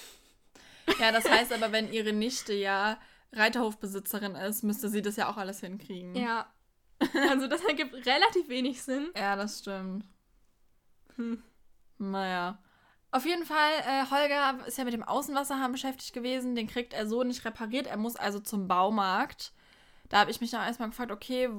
Ja, das heißt aber, wenn ihre Nichte ja Reiterhofbesitzerin ist, müsste sie das ja auch alles hinkriegen. Ja. Also das ergibt relativ wenig Sinn. Ja, das stimmt. Hm. Naja. Auf jeden Fall, äh, Holger ist ja mit dem Außenwasserhahn beschäftigt gewesen. Den kriegt er so nicht repariert. Er muss also zum Baumarkt. Da habe ich mich dann erstmal gefragt, okay,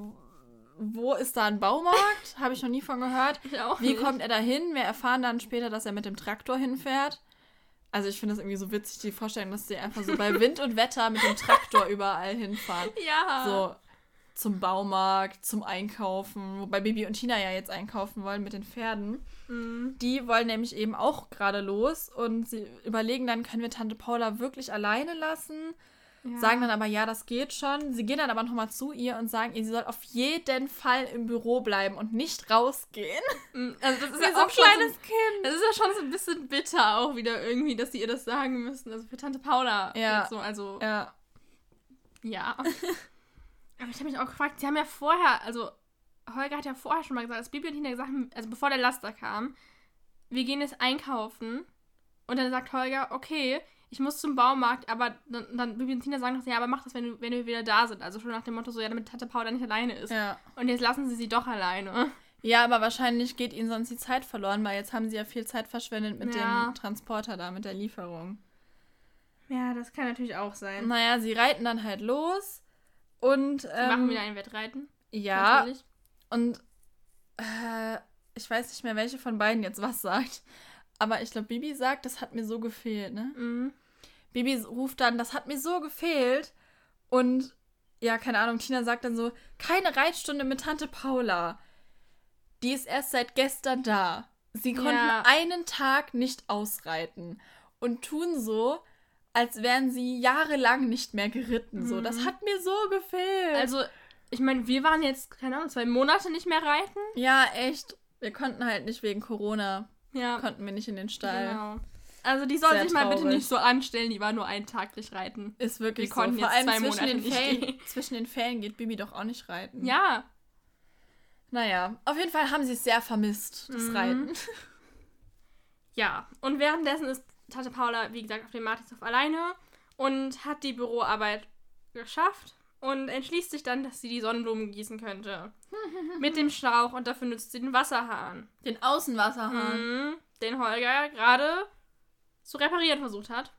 wo ist da ein Baumarkt? Habe ich noch nie von gehört. Ich auch Wie nicht. kommt er da hin? Wir erfahren dann später, dass er mit dem Traktor hinfährt. Also ich finde das irgendwie so witzig, die Vorstellung, dass sie einfach so bei Wind und Wetter mit dem Traktor überall hinfahren. Ja. So zum Baumarkt, zum Einkaufen, wobei Bibi und Tina ja jetzt einkaufen wollen mit den Pferden. Mhm. Die wollen nämlich eben auch gerade los und sie überlegen dann, können wir Tante Paula wirklich alleine lassen? Ja. Sagen dann aber, ja, das geht schon. Sie gehen dann aber nochmal zu ihr und sagen ihr, sie soll auf jeden Fall im Büro bleiben und nicht rausgehen. Mhm. Also das ist Wie ja so ein auch schon so, kleines Kind. das ist ja schon so ein bisschen bitter auch wieder irgendwie, dass sie ihr das sagen müssen. Also für Tante Paula. Ja. Jetzt so, also Ja. ja. Aber ich habe mich auch gefragt, sie haben ja vorher, also Holger hat ja vorher schon mal gesagt, als Bibi und Tina gesagt haben, also bevor der Laster kam, wir gehen jetzt einkaufen. Und dann sagt Holger, okay, ich muss zum Baumarkt, aber dann, dann Bibi und Tina sagen noch, ja, aber mach das, wenn, du, wenn wir wieder da sind. Also schon nach dem Motto, so, ja, damit Tante Paula nicht alleine ist. Ja. Und jetzt lassen sie sie doch alleine. Ja, aber wahrscheinlich geht ihnen sonst die Zeit verloren, weil jetzt haben sie ja viel Zeit verschwendet mit Ja. dem Transporter da, mit der Lieferung. Ja, das kann natürlich auch sein. Naja, sie reiten dann halt los und Sie ähm, machen wieder ein Wettreiten. ja, Natürlich. und äh, ich weiß nicht mehr, welche von beiden jetzt was sagt, aber ich glaube, Bibi sagt, das hat mir so gefehlt, ne? Mhm. Bibi ruft dann, das hat mir so gefehlt und ja, keine Ahnung, Tina sagt dann so, keine Reitstunde mit Tante Paula. Die ist erst seit gestern da. Sie konnten Ja. einen Tag nicht ausreiten und tun so, als wären sie jahrelang nicht mehr geritten. So, Mhm. das hat mir so gefehlt. Also, ich meine, wir waren jetzt, keine Ahnung, zwei Monate nicht mehr reiten. ja, echt. Wir konnten halt nicht wegen Corona, Ja, konnten wir nicht in den Stall. genau. Also, die soll Sehr sich mal bitte traurig. nicht so anstellen, die war nur einen Tag nicht reiten. Ist wirklich Wir so. konnten Vor jetzt allem zwei zwischen Monate den, nicht Ferien, gehen. zwischen den Ferien geht Bibi doch auch nicht reiten. Ja. Naja, auf jeden Fall haben sie es sehr vermisst, das Mhm. Reiten. Ja, und währenddessen ist Tante Paula, wie gesagt, auf dem Martinshof alleine und hat die Büroarbeit geschafft und entschließt sich dann, dass sie die Sonnenblumen gießen könnte. Mit dem Schlauch und dafür nutzt sie den Wasserhahn. Den Außenwasserhahn. Mhm, den Holger gerade zu reparieren versucht hat.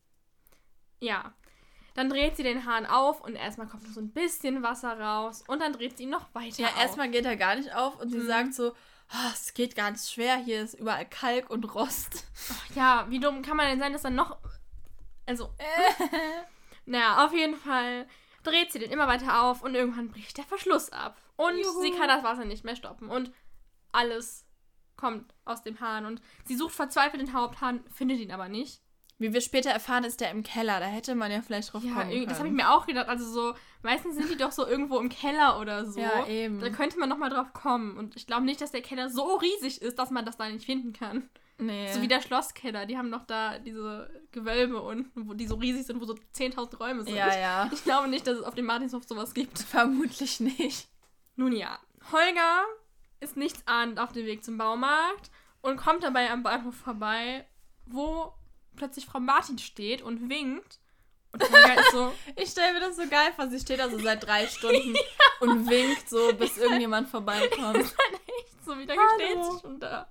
Ja. Dann dreht sie den Hahn auf und erstmal kommt noch so ein bisschen Wasser raus und dann dreht sie ihn noch weiter Ja, auf. erstmal geht er gar nicht auf und sie Mhm. sagt so, oh, es geht ganz schwer, hier ist überall Kalk und Rost. Ach ja, wie dumm kann man denn sein, dass dann noch... Also... Naja, auf jeden Fall dreht sie den immer weiter auf und irgendwann bricht der Verschluss ab. Und Juhu. sie kann das Wasser nicht mehr stoppen. Und alles kommt aus dem Hahn. Und sie sucht verzweifelt den Haupthahn, findet ihn aber nicht. Wie wir später erfahren, ist der im Keller. Da hätte man ja vielleicht drauf Ja, kommen irgendwie- können. das habe ich mir auch gedacht. Also so, meistens sind die doch so irgendwo im Keller oder so. Ja, eben. Da könnte man noch mal drauf kommen. Und ich glaube nicht, dass der Keller so riesig ist, dass man das da nicht finden kann. Nee. So wie der Schlosskeller. Die haben doch da diese Gewölbe unten, wo die so riesig sind, wo so zehntausend Räume sind. Ja, ja. Ich glaube nicht, dass es auf dem Martinshof sowas gibt. Vermutlich nicht. Nun ja, Holger ist nichtsahnend auf dem Weg zum Baumarkt und kommt dabei am Bahnhof vorbei, wo plötzlich Frau Martin steht und winkt. Und Holger ist so, Ich stelle mir das so geil vor. Sie steht da so seit drei Stunden und winkt so, bis irgendjemand vorbeikommt. so wieder Hallo. gestellt sich und da.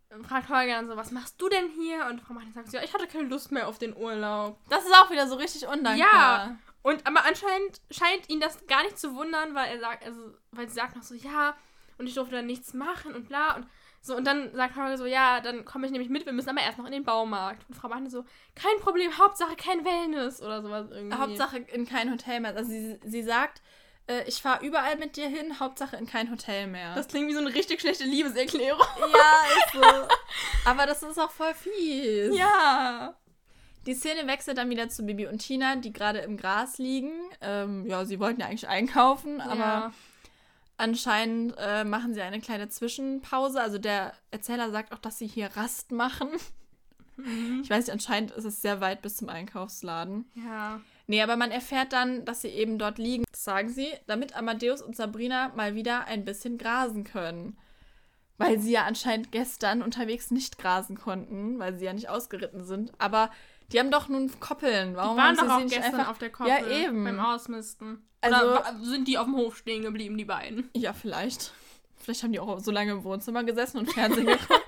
fragt Holger dann so, was machst du denn hier? Und Frau Martin sagt so, ja, ich hatte keine Lust mehr auf den Urlaub. Das ist auch wieder so richtig undankbar. Ja, und aber anscheinend scheint ihn das gar nicht zu wundern, weil er sagt, also, weil sie sagt noch so, ja, und ich durfte dann nichts machen und bla und so. Und dann sagt Holger so, ja, dann komme ich nämlich mit, wir müssen aber erst noch in den Baumarkt. Und Frau Martin so, kein Problem, Hauptsache kein Wellness oder sowas irgendwie. Hauptsache in kein Hotel mehr. Also sie, sie sagt, äh, ich fahre überall mit dir hin, Hauptsache in kein Hotel mehr. Das klingt wie so eine richtig schlechte Liebeserklärung. Ja, ist so. Aber das ist auch voll fies. Ja. Die Szene wechselt dann wieder zu Bibi und Tina, die gerade im Gras liegen. Ähm, ja, sie wollten ja eigentlich einkaufen, aber Ja. anscheinend äh, machen sie eine kleine Zwischenpause. Also der Erzähler sagt auch, dass sie hier Rast machen. Mhm. Ich weiß nicht, anscheinend ist es sehr weit bis zum Einkaufsladen. Ja. Nee, aber man erfährt dann, dass sie eben dort liegen, das sagen sie, damit Amadeus und Sabrina mal wieder ein bisschen grasen können. Weil sie ja anscheinend gestern unterwegs nicht grasen konnten, weil sie ja nicht ausgeritten sind. Aber die haben doch nun Koppeln. Warum Die waren haben sie doch auch sie nicht gestern einfach... auf der Koppel. Ja, eben. Beim Ausmisten. Also- Oder wa- sind die auf dem Hof stehen geblieben, die beiden? Ja, vielleicht. Vielleicht haben die auch so lange im Wohnzimmer gesessen und Fernsehen geguckt.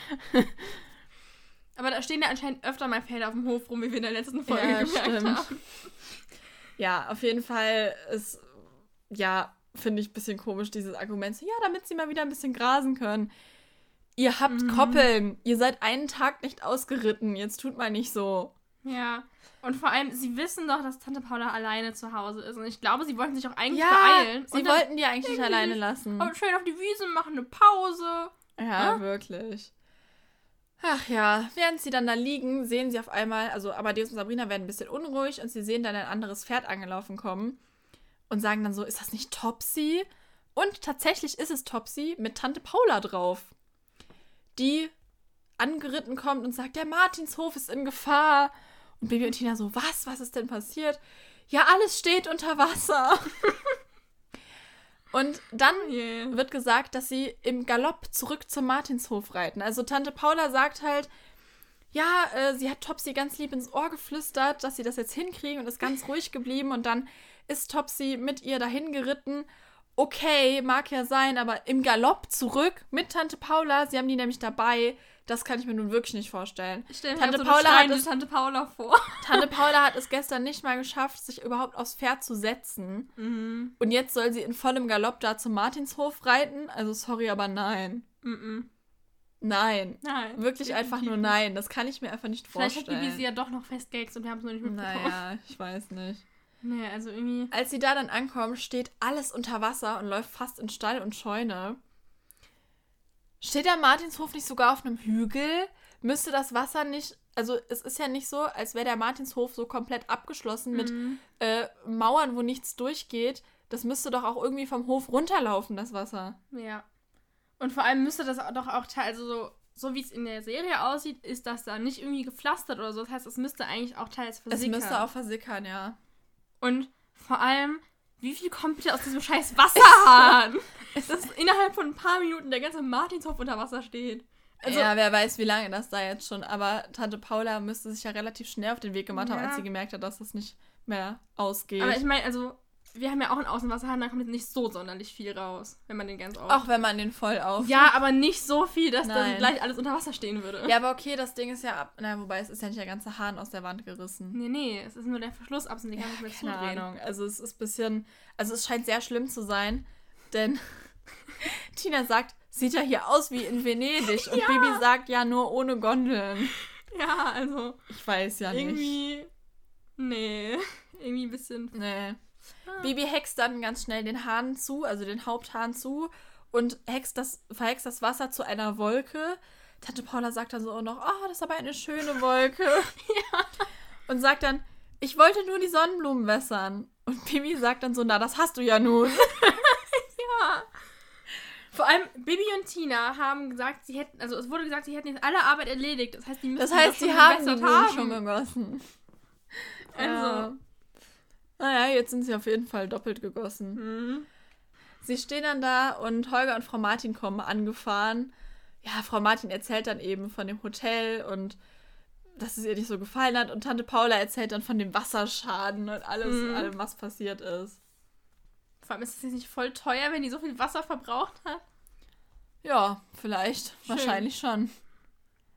Aber da stehen ja anscheinend öfter mal Pferde auf dem Hof rum, wie wir in der letzten Folge Ja, gemerkt stimmt. haben. Ja, auf jeden Fall ist, ja, finde ich ein bisschen komisch, dieses Argument. So, ja, damit sie mal wieder ein bisschen grasen können. Ihr habt Mhm. Koppeln. Ihr seid einen Tag nicht ausgeritten. Jetzt tut mal nicht so. Ja. Und vor allem, sie wissen doch, dass Tante Paula alleine zu Hause ist. Und ich glaube, sie wollten sich auch eigentlich Ja, beeilen. sie Und dann wollten die eigentlich nicht irgendwie alleine sich- lassen. aber schön auf die Wiese, machen eine Pause. Ja, Ja? wirklich. Ach ja, während sie dann da liegen, sehen sie auf einmal, also Amadeus und Sabrina werden ein bisschen unruhig und sie sehen dann ein anderes Pferd angelaufen kommen und sagen dann so, ist das nicht Topsy? Und tatsächlich ist es Topsy mit Tante Paula drauf, die angeritten kommt und sagt, der Martinshof ist in Gefahr. Und Bibi und Tina so, was? Was ist denn passiert? Ja, alles steht unter Wasser. Und dann Yeah. wird gesagt, dass sie im Galopp zurück zum Martinshof reiten. Also Tante Paula sagt halt, ja, äh, sie hat Topsy ganz lieb ins Ohr geflüstert, dass sie das jetzt hinkriegen und ist ganz ruhig geblieben. Und dann ist Topsy mit ihr dahin geritten. Okay, mag ja sein, aber im Galopp zurück mit Tante Paula. Sie haben die nämlich dabei. Das kann ich mir nun wirklich nicht vorstellen. Ich stelle mir Tante Tante so Paula hat Paula es- Tante Paula vor. Tante Paula hat es gestern nicht mal geschafft, sich überhaupt aufs Pferd zu setzen. Mhm. Und jetzt soll sie in vollem Galopp da zum Martinshof reiten? Also sorry, aber nein. Mhm. Nein. Nein. Wirklich einfach nur nein. Das kann ich mir einfach nicht Vielleicht hat vorstellen. Bibi sie ja doch noch festgehext und wir haben es noch nicht mitbekommen. Naja, ich weiß nicht. Nee, also irgendwie... Als sie da dann ankommen, steht alles unter Wasser und läuft fast in Stall und Scheune. Steht der Martinshof nicht sogar auf einem Hügel? Müsste das Wasser nicht... Also es ist ja nicht so, als wäre der Martinshof so komplett abgeschlossen mit Mhm. äh, Mauern, wo nichts durchgeht. Das müsste doch auch irgendwie vom Hof runterlaufen, das Wasser. Ja. Und vor allem müsste das doch auch teil, also so, so wie es in der Serie aussieht, ist das da nicht irgendwie gepflastert oder so. Das heißt, es müsste eigentlich auch teils versickern. Es müsste auch versickern, ja. Und vor allem, wie viel kommt bitte aus diesem scheiß Wasserhahn? Dass innerhalb von ein paar Minuten der ganze Martinshof unter Wasser steht. Also, ja, wer weiß, wie lange das da jetzt schon. Aber Tante Paula müsste sich ja relativ schnell auf den Weg gemacht haben, Ja. als sie gemerkt hat, dass das nicht mehr ausgeht. aber ich meine, also, wir haben ja auch einen Außenwasserhahn, da kommt jetzt nicht so sonderlich viel raus, wenn man den ganz auf... auch wenn man den voll auf... Ja, aber nicht so viel, dass Nein. dann gleich alles unter Wasser stehen würde. Ja, aber okay, das Ding ist ja ab... Na, wobei, es ist ja nicht der ganze Hahn aus der Wand gerissen. Nee, nee, es ist nur der Verschluss ab, und die kann nicht mehr Keine zudrehen. Ahnung. Also es ist ein bisschen... Also es scheint sehr schlimm zu sein, denn Tina sagt, sieht ja hier aus wie in Venedig. Und Ja. Bibi sagt, ja, nur ohne Gondeln. Ja, also, Ich weiß ja nicht. irgendwie... Nee, irgendwie ein bisschen... Nee. Ah. Bibi hext dann ganz schnell den Hahn zu, also den Haupthahn zu und hext das, verhext das Wasser zu einer Wolke. Tante Paula sagt dann so auch noch, oh, das ist aber eine schöne Wolke. Ja. Und sagt dann, ich wollte nur die Sonnenblumen wässern. Und Bibi sagt dann so, na, das hast du ja nun. Ja. Vor allem Bibi und Tina haben gesagt, sie hätten, also es wurde gesagt, sie hätten jetzt alle Arbeit erledigt. Das heißt, die müssen Das heißt, doch sie schon haben die gewässert Blumen haben. schon gegossen. Also. Ja. Naja, jetzt sind sie auf jeden Fall doppelt gegossen. Mhm. Sie stehen dann da und Holger und Frau Martin kommen angefahren. Ja, Frau Martin erzählt dann eben von dem Hotel und dass es ihr nicht so gefallen hat. Und Tante Paula erzählt dann von dem Wasserschaden und alles, Mhm. allem, was passiert ist. Vor allem ist es jetzt nicht voll teuer, wenn die so viel Wasser verbraucht hat. Ja, vielleicht. Schön. Wahrscheinlich schon.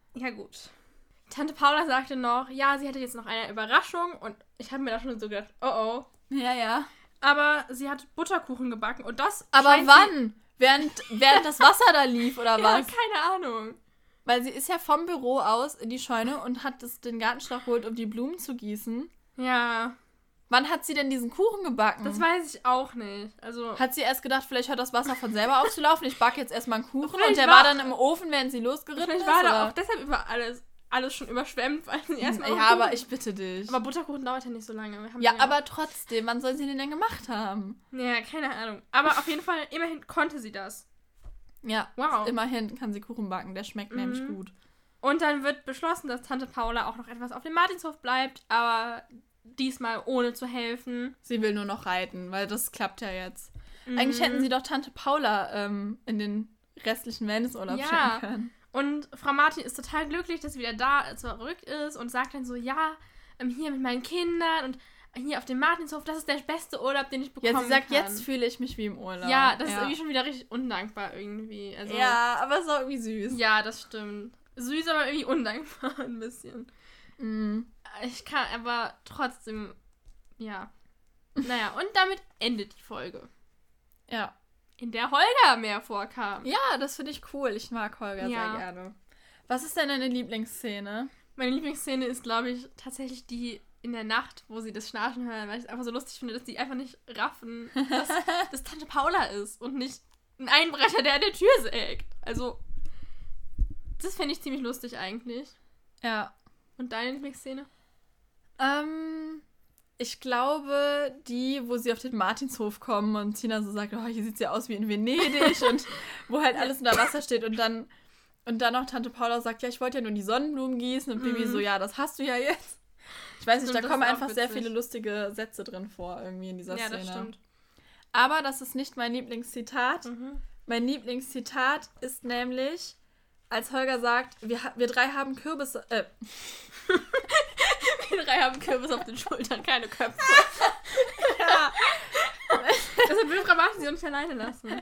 Ja, gut. Tante Paula sagte noch, ja, sie hätte jetzt noch eine Überraschung und ich habe mir da schon so gedacht, oh oh. Ja, ja. Aber sie hat Butterkuchen gebacken und das Aber wann? Während, während das Wasser da lief, oder ja, was? Keine Ahnung. Weil sie ist ja vom Büro aus in die Scheune und hat das, den Gartenschlauch geholt, um die Blumen zu gießen. Ja. Wann hat sie denn diesen Kuchen gebacken? Das weiß ich auch nicht. Also hat sie erst gedacht, vielleicht hört das Wasser von selber auf zu laufen, ich backe jetzt erstmal einen Kuchen vielleicht und der war, war dann im Ofen, während sie losgeritten vielleicht ist? Vielleicht war oder? da auch deshalb über alles, alles schon überschwemmt, weil sie erstmal... Ja, aber ich bitte dich. Aber Butterkuchen dauert ja nicht so lange. Wir haben ja, ja, aber trotzdem, wann soll sie den denn gemacht haben? Ja, keine Ahnung. Aber auf jeden Fall, immerhin konnte sie das. Ja, wow. Immerhin kann sie Kuchen backen, der schmeckt mhm. nämlich gut. Und dann wird beschlossen, dass Tante Paula auch noch etwas auf dem Martinshof bleibt, aber diesmal ohne zu helfen. Sie will nur noch reiten, weil das klappt ja jetzt. Mhm. Eigentlich hätten sie doch Tante Paula ähm, in den restlichen Wellnessurlaub ja. schicken können. Und Frau Martin ist total glücklich, dass sie wieder da zurück ist und sagt dann so, ja, hier mit meinen Kindern und hier auf dem Martinshof, das ist der beste Urlaub, den ich bekommen kann. Ja, sie sagt, kann. Jetzt fühle ich mich wie im Urlaub. Ja, das ja. ist irgendwie schon wieder richtig undankbar irgendwie. Also, ja, aber es ist auch irgendwie süß. Ja, das stimmt. Süß, aber irgendwie undankbar ein bisschen. Mm. Ich kann aber trotzdem, ja. Naja, und damit endet die Folge. Ja. In der Holger mehr vorkam. Ja, das finde ich cool. Ich mag Holger ja. sehr gerne. Was ist denn deine Lieblingsszene? Meine Lieblingsszene ist, glaube ich, tatsächlich die in der Nacht, wo sie das Schnarchen hören, weil ich es einfach so lustig finde, dass die einfach nicht raffen, dass das Tante Paula ist und nicht ein Einbrecher, der an der Tür sägt. Also, das finde ich ziemlich lustig eigentlich. Ja. Und deine Lieblingsszene? Ähm, ich glaube, die, wo sie auf den Martinshof kommen und Tina so sagt, oh, hier sieht es ja aus wie in Venedig und wo halt alles unter Wasser steht und dann und dann noch Tante Paula sagt, ja, ich wollte ja nur die Sonnenblumen gießen und Bibi mm. so, ja, das hast du ja jetzt. Ich weiß nicht, stimmt, da kommen einfach witzig. Sehr viele lustige Sätze drin vor, irgendwie in dieser ja, Szene. Ja, das stimmt. Aber das ist nicht mein Lieblingszitat. Mhm. Mein Lieblingszitat ist nämlich, als Holger sagt, wir, wir drei haben Kürbisse, äh, wir drei haben Kürbis auf den Schultern, keine Köpfe. Ja. Deshalb will Frau Martin sie uns alleine lassen.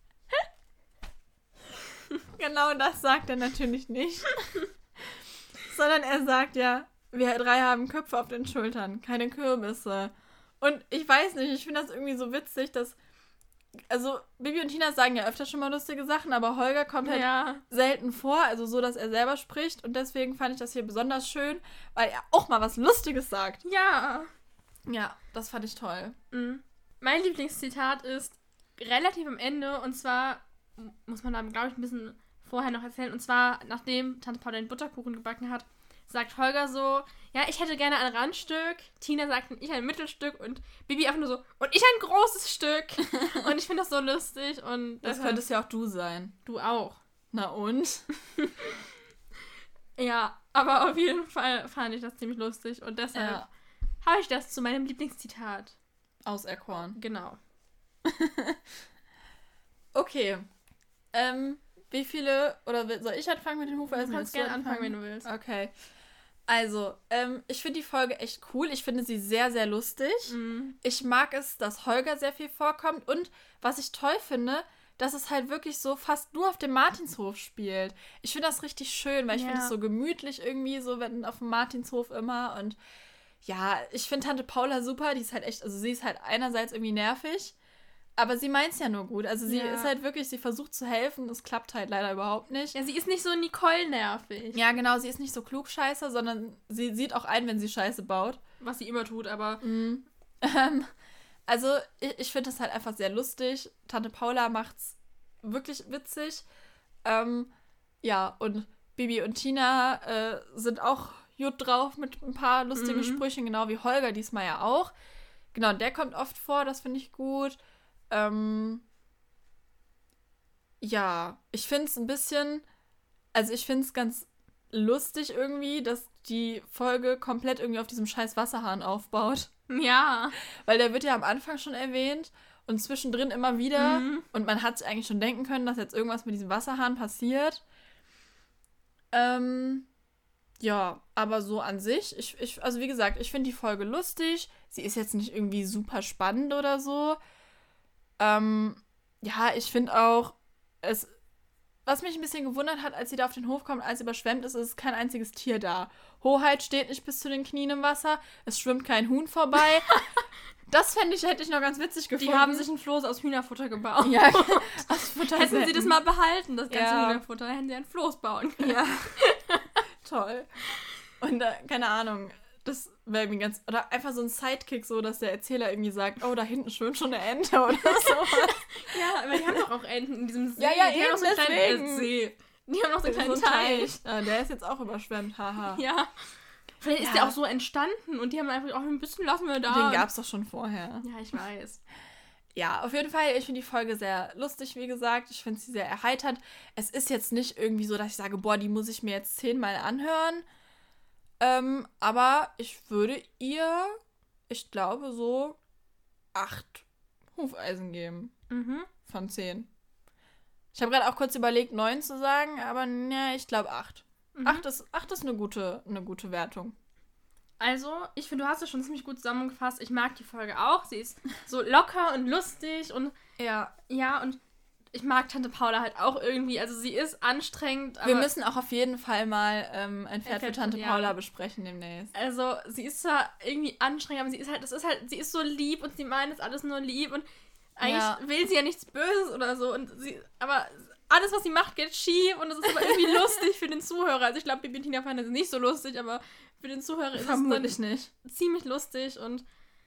Genau das sagt er natürlich nicht. Sondern er sagt ja, wir drei haben Köpfe auf den Schultern, keine Kürbisse. Und ich weiß nicht, ich finde das irgendwie so witzig, dass, also Bibi und Tina sagen ja öfter schon mal lustige Sachen, aber Holger kommt halt ja. selten vor, also so, dass er selber spricht. Und deswegen fand ich das hier besonders schön, weil er auch mal was Lustiges sagt. Ja. Ja, das fand ich toll. Mhm. Mein Lieblingszitat ist relativ am Ende, und zwar muss man da, glaube ich, ein bisschen vorher noch erzählen. Und zwar, nachdem Tante Paula den Butterkuchen gebacken hat, sagt Holger so, ja, ich hätte gerne ein Randstück. Tina sagt, ich ein Mittelstück und Bibi einfach nur so, und ich ein großes Stück. Und ich finde das so lustig. Und das deshalb, könntest ja auch du sein. Du auch. Na und? Ja, aber auf jeden Fall fand ich das ziemlich lustig. Und deshalb ja. habe ich das zu meinem Lieblingszitat auserkoren. Genau. Okay. Ähm, wie viele, oder soll ich anfangen mit den Hufeisen? Du kannst gerne anfangen, wenn du willst. Okay. Also, ähm, ich finde die Folge echt cool. Ich finde sie sehr, sehr lustig. Mhm. Ich mag es, dass Holger sehr viel vorkommt. Und was ich toll finde, dass es halt wirklich so fast nur auf dem Martinshof spielt. Ich finde das richtig schön, weil ich ja. finde es so gemütlich irgendwie, so wenn auf dem Martinshof immer. Und ja, ich finde Tante Paula super. Die ist halt echt, also sie ist halt einerseits irgendwie nervig, aber sie meint es ja nur gut. Also sie ja. ist halt wirklich, sie versucht zu helfen. Es klappt halt leider überhaupt nicht. Ja, sie ist nicht so Nicole-nervig. Ja, genau. Sie ist nicht so klugscheiße, sondern sie sieht auch ein, wenn sie Scheiße baut. Was sie immer tut, aber... Mhm. Ähm, also ich, ich finde das halt einfach sehr lustig. Tante Paula macht's wirklich witzig. Ähm, ja, und Bibi und Tina äh, sind auch gut drauf mit ein paar lustigen mhm. Sprüchen, genau wie Holger diesmal ja auch. Genau, der kommt oft vor, das finde ich gut. Ähm, ja, ich finde es ein bisschen, also ich finde es ganz lustig irgendwie, dass die Folge komplett irgendwie auf diesem scheiß Wasserhahn aufbaut. Ja. Weil der wird ja am Anfang schon erwähnt und zwischendrin immer wieder mhm. und man hat sich eigentlich schon denken können, dass jetzt irgendwas mit diesem Wasserhahn passiert. Ähm, ja, aber so an sich, ich, ich, also wie gesagt, ich finde die Folge lustig. Sie ist jetzt nicht irgendwie super spannend oder so. Ähm, ja, ich finde auch, es was mich ein bisschen gewundert hat, als sie da auf den Hof kommt, als sie überschwemmt ist, ist kein einziges Tier da. Hoheit steht nicht bis zu den Knien im Wasser, es schwimmt kein Huhn vorbei. Das fände ich, hätte ich noch ganz witzig gefunden. Die haben sich ein Floß aus Hühnerfutter gebaut. Ja, aus Futter Hätten sie das mal behalten, das ganze ja. Hühnerfutter, hätten sie ein Floß bauen können. Ja. Toll. Und äh, keine Ahnung, das wäre irgendwie ganz... Oder einfach so ein Sidekick, so, dass der Erzähler irgendwie sagt, oh, da hinten schwimmt schon eine Ente oder sowas. Ja, aber die haben doch auch Enten in diesem See. Ja, ja, die eben haben so einen kleinen deswegen. See. Die haben noch so einen kleinen so ein Teich. Ja, der ist jetzt auch überschwemmt, haha. Ja. Vielleicht Ja. ist der auch so entstanden und die haben einfach auch ein bisschen lassen wir da. Den gab's doch schon vorher. Ja, ich weiß. Ja, auf jeden Fall, ich finde die Folge sehr lustig, wie gesagt. Ich finde sie sehr erheiternd. Es ist jetzt nicht irgendwie so, dass ich sage, boah, die muss ich mir jetzt zehnmal anhören. Ähm, aber ich würde ihr, ich glaube, so acht Hufeisen geben. Mhm. Von zehn. Ich habe gerade auch kurz überlegt, neun zu sagen, aber ne, ich glaube acht. Mhm. Acht ist, acht ist eine gute, eine gute Wertung. Also, ich finde, du hast es schon ziemlich gut zusammengefasst. Ich mag die Folge auch. Sie ist so locker und lustig und Ja. ja, und ich mag Tante Paula halt auch irgendwie. Also, sie ist anstrengend, aber Wir müssen auch auf jeden Fall mal ähm, ein Pferd für Pferd, Tante ja. Paula besprechen demnächst. also, sie ist zwar irgendwie anstrengend, aber sie ist halt, das ist halt, sie ist so lieb und sie meint es alles nur lieb und eigentlich Ja. will sie ja nichts Böses oder so und sie, aber alles, was sie macht, geht schief und es ist aber irgendwie lustig für den Zuhörer. Also ich glaube, Bibi und Tina fanden es nicht so lustig, aber für den Zuhörer ist Vermutlich es dann nicht. ziemlich lustig und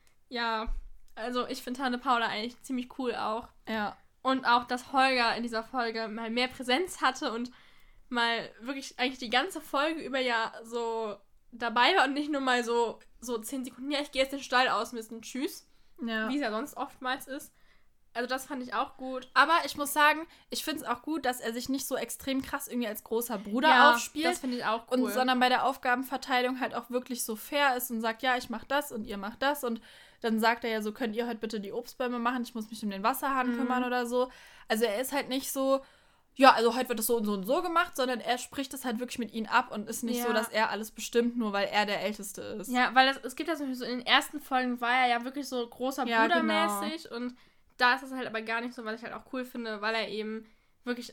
ja, also ich finde Tante Paula eigentlich ziemlich cool auch. Ja. Und auch, dass Holger in dieser Folge mal mehr Präsenz hatte und mal wirklich eigentlich die ganze Folge über ja so dabei war und nicht nur mal so, so zehn Sekunden, ja, ich gehe jetzt den Stall ausmisten, tschüss, Ja. wie es ja sonst oftmals ist. Also das fand ich auch gut. Aber ich muss sagen, ich finde es auch gut, dass er sich nicht so extrem krass irgendwie als großer Bruder Ja, aufspielt. das finde ich auch cool. Und sondern bei der Aufgabenverteilung halt auch wirklich so fair ist und sagt, ja, ich mache das und ihr macht das. Und dann sagt er ja so, könnt ihr heute bitte die Obstbäume machen, ich muss mich um den Wasserhahn Mhm. kümmern oder so. Also er ist halt nicht so, ja, also heute wird das so und so und so gemacht, sondern er spricht das halt wirklich mit ihnen ab und ist nicht Ja. so, dass er alles bestimmt, nur weil er der Älteste ist. Ja, weil das, es gibt ja zum Beispiel so in den ersten Folgen war er ja wirklich so großer Ja, Bruder genau. mäßig und da ist es halt aber gar nicht so, was ich halt auch cool finde, weil er eben wirklich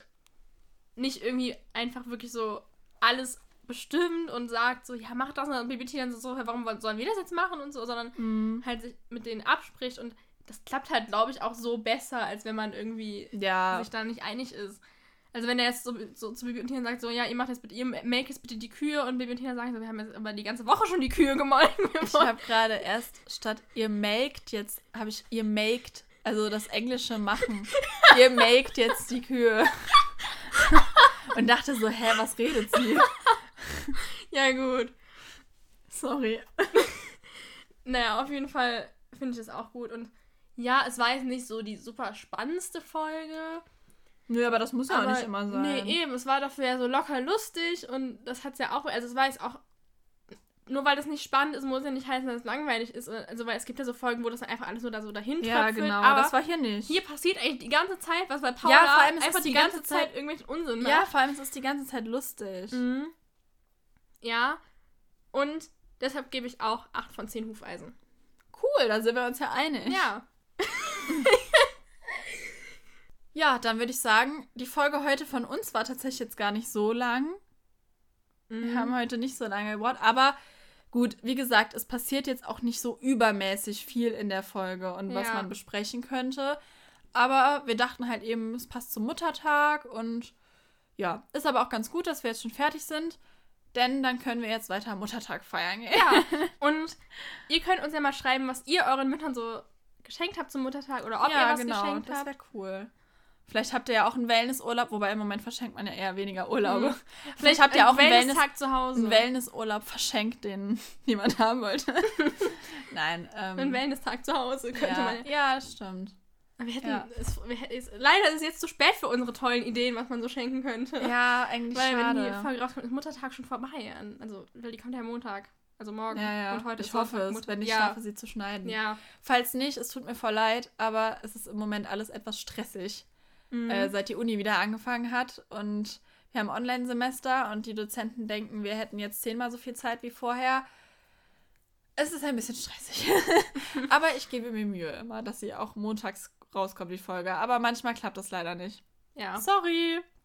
nicht irgendwie einfach wirklich so alles bestimmt und sagt so, ja, mach das und Bibi dann so, warum sollen wir das jetzt machen und so, sondern Mhm. halt sich mit denen abspricht und das klappt halt, glaube ich, auch so besser, als wenn man irgendwie Ja. sich da nicht einig ist. Also wenn er jetzt so, so zu Bibi und Tina sagt, so, ja, ihr macht jetzt bitte, ihr melkt jetzt bitte die Kühe und Bibi und Tina sagen so, wir haben jetzt aber die ganze Woche schon die Kühe gemolken. Ich habe gerade erst statt ihr melkt, jetzt habe ich ihr maked, also das englische machen. Ihr maked jetzt die Kühe. Und dachte so, hä, was redet sie? Ja, gut. Sorry. Naja, auf jeden Fall finde ich das auch gut. Und ja, es war jetzt nicht so die super spannendste Folge. Nö, aber das muss ja auch aber nicht immer sein. Nee, eben. Es war dafür ja so locker lustig und das hat es ja auch. Also, es war jetzt auch. Nur weil das nicht spannend ist, muss ja nicht heißen, dass es langweilig ist. Also, weil es gibt ja so Folgen, wo das dann einfach alles nur da so dahin Ja, tröpfelt. genau, Aber das war hier nicht. hier passiert eigentlich die ganze Zeit was, weil Paula Ja, vor allem, es einfach ist die, die ganze ganze Zeit, Zeit- irgendwelchen Unsinn Ja, macht. vor allem, es ist die ganze Zeit lustig. Mhm. Ja. Und deshalb gebe ich auch acht von zehn Hufeisen. Cool, da sind wir uns ja einig. Ja. Ja, dann würde ich sagen, die Folge heute von uns war tatsächlich jetzt gar nicht so lang. Wir haben heute nicht so lange gebraucht, aber gut, wie gesagt, es passiert jetzt auch nicht so übermäßig viel in der Folge und was Ja. man besprechen könnte. Aber wir dachten halt eben, es passt zum Muttertag und ja, ist aber auch ganz gut, dass wir jetzt schon fertig sind, denn dann können wir jetzt weiter am Muttertag feiern gehen. Ja, und ihr könnt uns ja mal schreiben, was ihr euren Müttern so geschenkt habt zum Muttertag oder ob ihr was geschenkt das habt. wäre cool. Vielleicht habt ihr ja auch einen Wellnessurlaub, wobei im Moment verschenkt man ja eher weniger Urlaube. Mhm. Vielleicht habt ihr auch einen Wellness, Wellness-Tag zu Hause. einen Wellnessurlaub verschenkt, den niemand haben wollte. Nein. Ähm, Einen Wellness-Tag zu Hause könnte ja, man ja. ja, das stimmt. Aber wir hätten, Ja. es, wir hätten es, leider ist es jetzt zu spät für unsere tollen Ideen, was man so schenken könnte. Ja, eigentlich Weil schade. wenn die Folge rauskommt, ist Muttertag schon vorbei. Also, weil die kommt ja Montag. Also morgen. ja, ja. Und heute ich ist hoffe Sonntag, es, Mutter- wenn ich ja. schaffe, sie zu schneiden. Ja. Falls nicht, es tut mir voll leid, aber es ist im Moment alles etwas stressig, Mhm. äh, seit die Uni wieder angefangen hat. Und wir haben Online-Semester und die Dozenten denken, wir hätten jetzt zehnmal so viel Zeit wie vorher. Es ist ein bisschen stressig. Aber ich gebe mir Mühe immer, dass sie auch montags rauskommt, die Folge. Aber manchmal klappt das leider nicht. Ja. Sorry.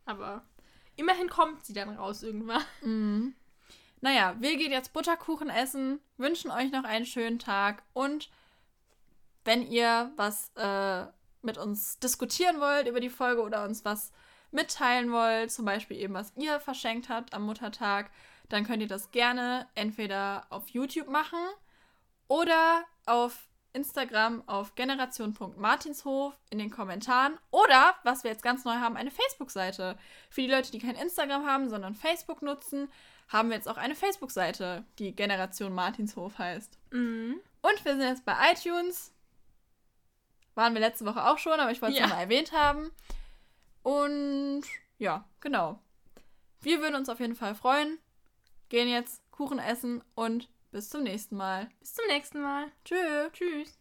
Aber immerhin kommt sie dann raus irgendwann. Mhm. Naja, wir gehen jetzt Butterkuchen essen, wünschen euch noch einen schönen Tag und wenn ihr was äh, mit uns diskutieren wollt über die Folge oder uns was mitteilen wollt, zum Beispiel eben, was ihr verschenkt habt am Muttertag, dann könnt ihr das gerne entweder auf YouTube machen oder auf Instagram auf generation punkt martinshof in den Kommentaren oder, was wir jetzt ganz neu haben, eine Facebook-Seite. Für die Leute, die kein Instagram haben, sondern Facebook nutzen, haben wir jetzt auch eine Facebook-Seite, die Generation Martinshof heißt. Mhm. Und wir sind jetzt bei iTunes. Waren wir letzte Woche auch schon, aber ich wollte es Ja. nochmal erwähnt haben. Und ja, genau. Wir würden uns auf jeden Fall freuen. Gehen jetzt Kuchen essen und bis zum nächsten Mal. Bis zum nächsten Mal. Tschö. Tschüss.